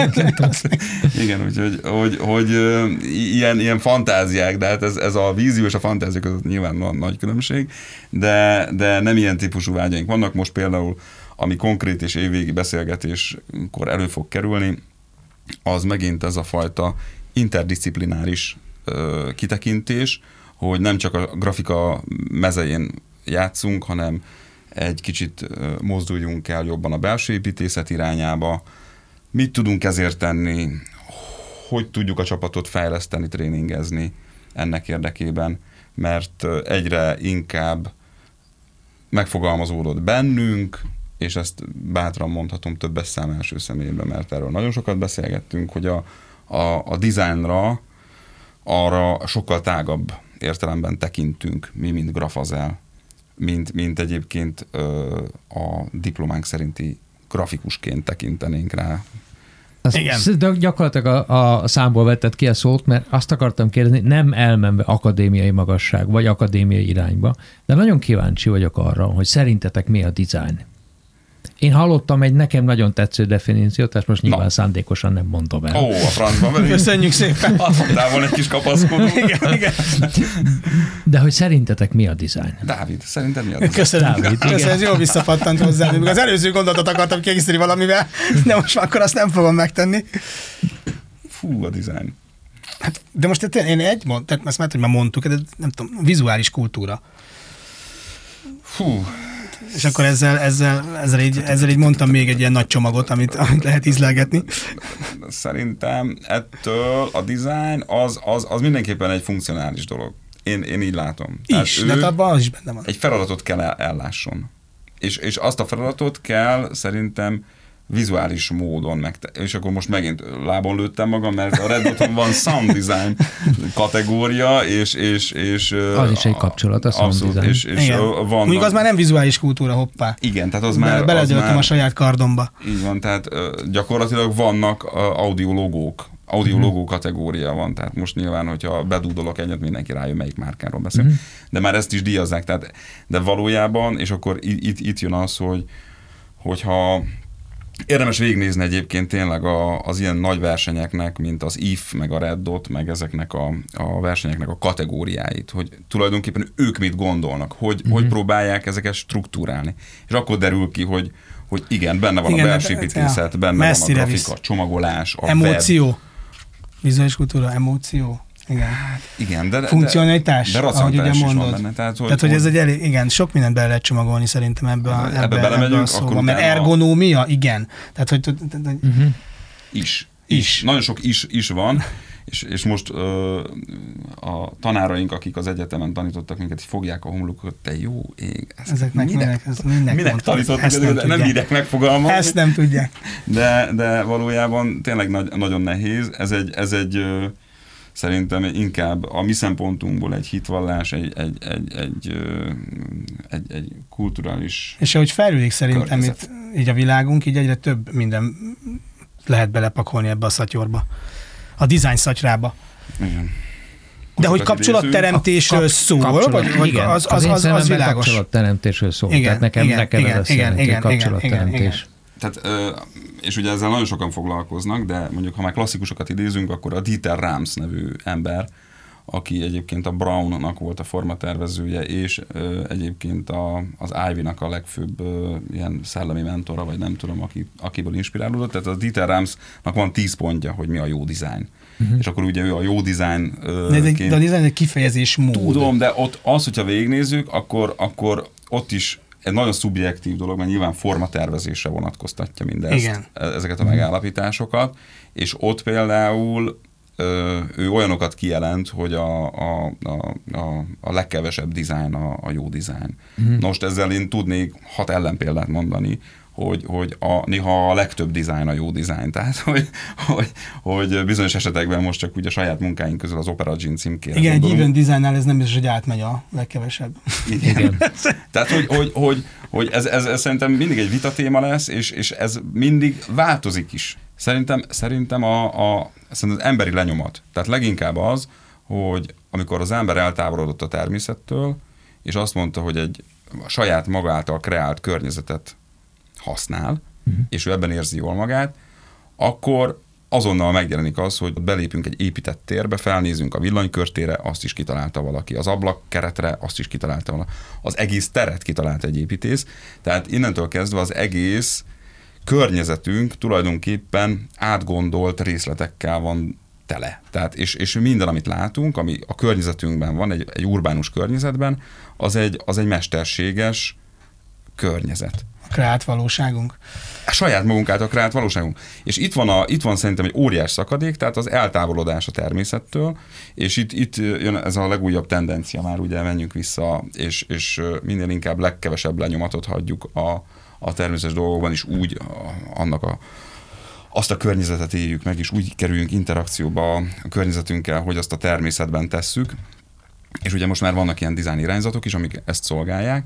Igen, úgyhogy hogy, hogy, ilyen, ilyen fantáziák, de hát ez, ez a vízió és a fantázia között nyilván van nagy különbség, de, de nem ilyen típusú vágyaink vannak. Most például, ami konkrét és évvégi beszélgetéskor elő fog kerülni, az megint ez a fajta interdisziplináris ö, kitekintés, hogy nem csak a grafika mezején játszunk, hanem egy kicsit mozduljunk el jobban a belső építészet irányába. Mit tudunk ezért tenni? Hogy tudjuk a csapatot fejleszteni, tréningezni ennek érdekében? Mert egyre inkább megfogalmazódott bennünk, és ezt bátran mondhatom többes szám első személyben, mert erről nagyon sokat beszélgettünk, hogy a, a, a dizájnra arra sokkal tágabb értelemben tekintünk, mi, mint grafazel, mint, mint egyébként ö, a diplománk szerinti grafikusként tekintenénk rá. Azt, igen. De gyakorlatilag a, a számból vetted ki a szót, mert azt akartam kérdezni, nem elmenve akadémiai magasság, vagy akadémiai irányba, de nagyon kíváncsi vagyok arra, hogy szerintetek mi a design. Én hallottam egy nekem nagyon tetsző definíciót, ezt most nyilván Na. szándékosan nem mondom el. Ó, a francban velünk. Köszönjük szépen. Távol egy kis kapaszkodó. Igen, igen. De hogy szerintetek mi a design? Dávid, szerinted mi a design? Köszönöm. Dávid, Köszönöm, ez jól visszapattant hozzám. Az előző gondolatot akartam kiegészíteni valamivel, de most már akkor azt nem fogom megtenni. Fú, a design. Hát, de most én egy mond, tehát ezt már, hogy már mondtuk, de nem tudom, vizuális kultúra. Fú. És akkor ezzel, ezzel, ezzel, így, ezzel így mondtam még egy ilyen nagy csomagot, amit, amit lehet ízlelgetni. Szerintem ettől a design az, az, az mindenképpen egy funkcionális dolog. Én, én így látom. Is, de abban az is benne van. Egy feladatot kell ellásson. És, és azt a feladatot kell szerintem vizuális módon meg. És akkor most megint lábon lőttem magam, mert a Red Doton van sound design kategória, és... és, és az is egy kapcsolat, a sound abszolút, design. És, és vannak... Mondjuk az már nem vizuális kultúra, hoppá. Igen, tehát az már... Beledöltöm a saját kardomba. Így van, tehát gyakorlatilag vannak audio logók, audio hmm. logó kategória van, tehát most nyilván, hogyha bedúdolok egyet, mindenki rájön, melyik márkáról beszél. Hmm. De már ezt is díjazzák, tehát, de valójában, és akkor itt, itt jön az, hogy hogyha érdemes végignézni egyébként tényleg a, az ilyen nagy versenyeknek, mint az I F, meg a Red Dot, meg ezeknek a, a versenyeknek a kategóriáit, hogy tulajdonképpen ők mit gondolnak, hogy, mm-hmm. hogy próbálják ezeket struktúrálni. És akkor derül ki, hogy, hogy igen, benne van igen, a belsőépítészet, benne van a grafika, csomagolás, a emóció. web. Vizuális kultúra, emóció. Igen. Hát igen, de, funkcionalitás, de, de ahogy ugye mondod. Benne, tehát, hogy, tehát, hogy ez egy elég, igen, sok mindent bele lehet csomagolni szerintem ebbe a, ebbe, ebbe, ebbe a szóba, mert ergonómia, igen. Tehát, hogy... Uh-huh. Is. Is. Nagyon sok is, is van, és, és most ö, a tanáraink, akik az egyetemen tanítottak minket, hogy fogják a homlokukat, te jó ég, ezeknek minek, minek, minek, minek tanítottak, ezt nem, nem bírják megfogalmazni. Ezt nem tudják. De, de valójában tényleg nagy, nagyon nehéz. Ez egy, ez egy szerintem inkább a mi szempontunkból egy hitvallás, egy, egy, egy, egy, egy, egy kulturális és ahogy fejlődik szerintem itt, így a világunk, így egyre több minden lehet belepakolni ebbe a szatyorba. A design szatyrába. Igen. De hogy kapcsolatteremtésről kap, szól, kapcsolat, vagy, vagy igen, az, az, az, az világos. Kapcsolatteremtésről szól. Igen, tehát nekem, igen, nekem igen, ez igen, igen, kapcsolatteremtés. Igen, igen. Tehát, és ugye ezzel nagyon sokan foglalkoznak, de mondjuk, ha már klasszikusokat idézünk, akkor a Dieter Rams nevű ember, aki egyébként a Brown-nak volt a formatervezője, és ö, egyébként a, az Ivy-nak a legfőbb ö, ilyen szellemi mentora, vagy nem tudom, aki, akiből inspirálódott. Tehát a Dieter Ramsnak van tíz pontja, hogy mi a jó design. Uh-huh. És akkor ugye ő a jó design... Ö, de, de, ként... de a design egy kifejezés mód. Tudom, de ott az, hogyha végignézzük, akkor, akkor ott is egy nagyon szubjektív dolog, mert nyilván formatervezésre vonatkoztatja mindezt, igen. ezeket a megállapításokat, és ott például ő olyanokat kijelent, hogy a, a, a, a, a legkevesebb design a, a jó design. Uh-huh. Most ezzel én tudnék hat ellenpéldát mondani, hogy, hogy a, néha a legtöbb dizájn a jó dizájn. Tehát, hogy, hogy, hogy bizonyos esetekben most csak úgy a saját munkáink közül az Opera Gin címkére Igen, gondolunk. egy event dizájnnál ez nem biztos, hogy átmegy a legkevesebb. Igen. Igen. Tehát, hogy, hogy, hogy, hogy ez, ez, ez szerintem mindig egy vitatéma lesz, és, és ez mindig változik is. Szerintem, szerintem a, a, szerintem az emberi lenyomat. Tehát leginkább az, hogy amikor az ember eltávolodott a természettől, és azt mondta, hogy egy saját maga által kreált környezetet használ, uh-huh. és ő ebben érzi jól magát, akkor azonnal megjelenik az, hogy belépünk egy épített térbe, felnézünk a villanykörtére, azt is kitalálta valaki, az ablakkeretre, azt is kitalálta valaki, az egész teret kitalálta egy építész, tehát innentől kezdve az egész környezetünk tulajdonképpen átgondolt részletekkel van tele. Tehát, és, és minden, amit látunk, ami a környezetünkben van, egy, egy urbánus környezetben, az egy, az egy mesterséges környezet. A kreált valóságunk. A saját magunk által kreált valóságunk. És itt van, a, itt van szerintem egy óriás szakadék, tehát az eltávolodás a természettől, és itt, itt jön ez a legújabb tendencia, már ugye menjünk vissza, és, és minél inkább legkevesebb lenyomatot hagyjuk a, a természetes dolgokban, és úgy a, annak a azt a környezetet éljük meg, és úgy kerüljünk interakcióba a környezetünkkel, hogy azt a természetben tesszük. És ugye most már vannak ilyen dizájn irányzatok is, amik ezt szolgálják,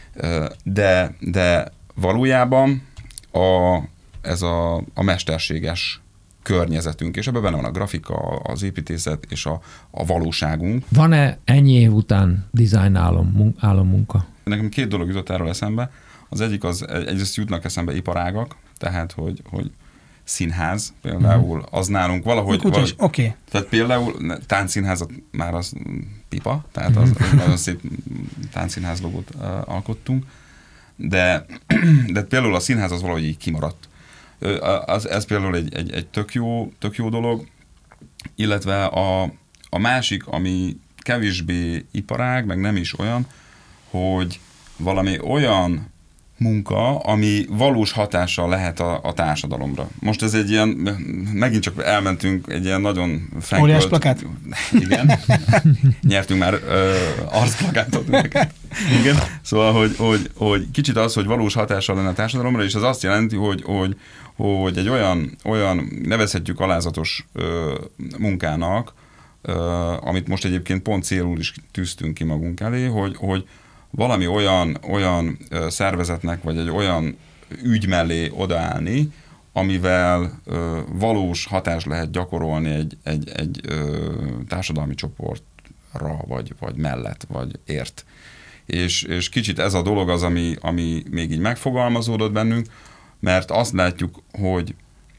de, de valójában a, ez a, a mesterséges környezetünk, és ebben benne van a grafika, az építészet és a, a valóságunk. Van-e ennyi év után design álom, álommunka? Nekem két dolog jutott erről eszembe. Az egyik az, egyrészt jutnak eszembe iparágak, tehát hogy, hogy színház például, az nálunk valahogy... valahogy Oké. Okay. Tehát például táncszínházat már az pipa, tehát az, az nagyon szép táncszínház logót uh, alkottunk, de, de például a színház az valahogy így kimaradt. Az, ez például egy, egy, egy tök, jó, tök jó dolog, illetve a, a másik, ami kevésbé iparág, meg nem is olyan, hogy valami olyan munka, ami valós hatással lehet a, a társadalomra. Most ez egy ilyen, megint csak elmentünk egy ilyen nagyon fenkölt... Óriás plakát? Igen. Nyertünk már ö, arcplakátot. Igen. Szóval, hogy, hogy, hogy kicsit az, hogy valós hatással lenne a társadalomra, és az azt jelenti, hogy, hogy, hogy egy olyan, olyan nevezhetjük alázatos ö, munkának, ö, amit most egyébként pont célul is tűztünk ki magunk elé, hogy, hogy valami olyan, olyan szervezetnek, vagy egy olyan ügy mellé odaállni, amivel ö, valós hatást lehet gyakorolni egy, egy, egy ö, társadalmi csoportra, vagy, vagy mellett, vagy ért. És, és kicsit ez a dolog az, ami, ami még így megfogalmazódott bennünk, mert azt látjuk, hogy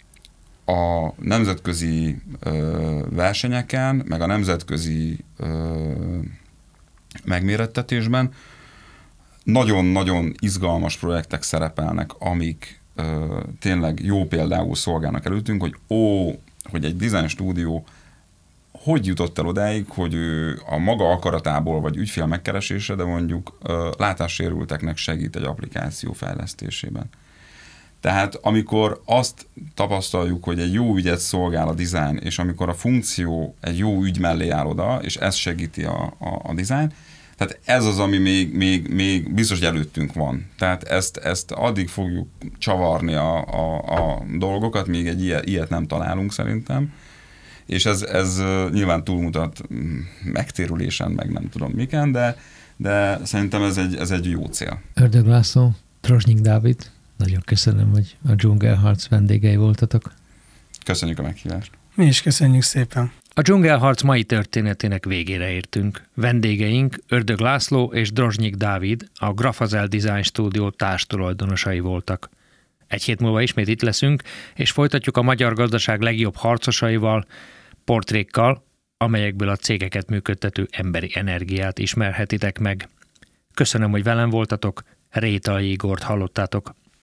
a nemzetközi ö, versenyeken, meg a nemzetközi ö, megmérettetésben nagyon-nagyon izgalmas projektek szerepelnek, amik ö, tényleg jó például szolgálnak előttünk, hogy ó, hogy egy design stúdió hogy jutott el odáig, hogy ő a maga akaratából, vagy ügyfél megkeresése, de mondjuk ö, látássérülteknek segít egy applikáció fejlesztésében. Tehát amikor azt tapasztaljuk, hogy egy jó ügyet szolgál a design, és amikor a funkció egy jó ügy mellé áll oda, és ez segíti a, a, a design, tehát ez az, ami még, még, még biztos, hogy előttünk van. Tehát ezt, ezt addig fogjuk csavarni a, a, a dolgokat, míg egy ilyet, ilyet nem találunk szerintem. És ez, ez nyilván túlmutat megtérülésen, meg nem tudom miken, de, de szerintem ez egy, ez egy jó cél. Ördög László, Drozsnyik Dávid, nagyon köszönöm, hogy a Dzsungelharc vendégei voltatok. Köszönjük a meghívást. Mi is köszönjük szépen. A Dzsungelharc mai történetének végére értünk. Vendégeink Ördög László és Drozsnyik Dávid, a Grafazel Design Studio társtulajdonosai voltak. Egy hét múlva ismét itt leszünk, és folytatjuk a magyar gazdaság legjobb harcosaival, portrékkal, amelyekből a cégeket működtető emberi energiát ismerhetitek meg. Köszönöm, hogy velem voltatok, Rétai Igort hallottátok.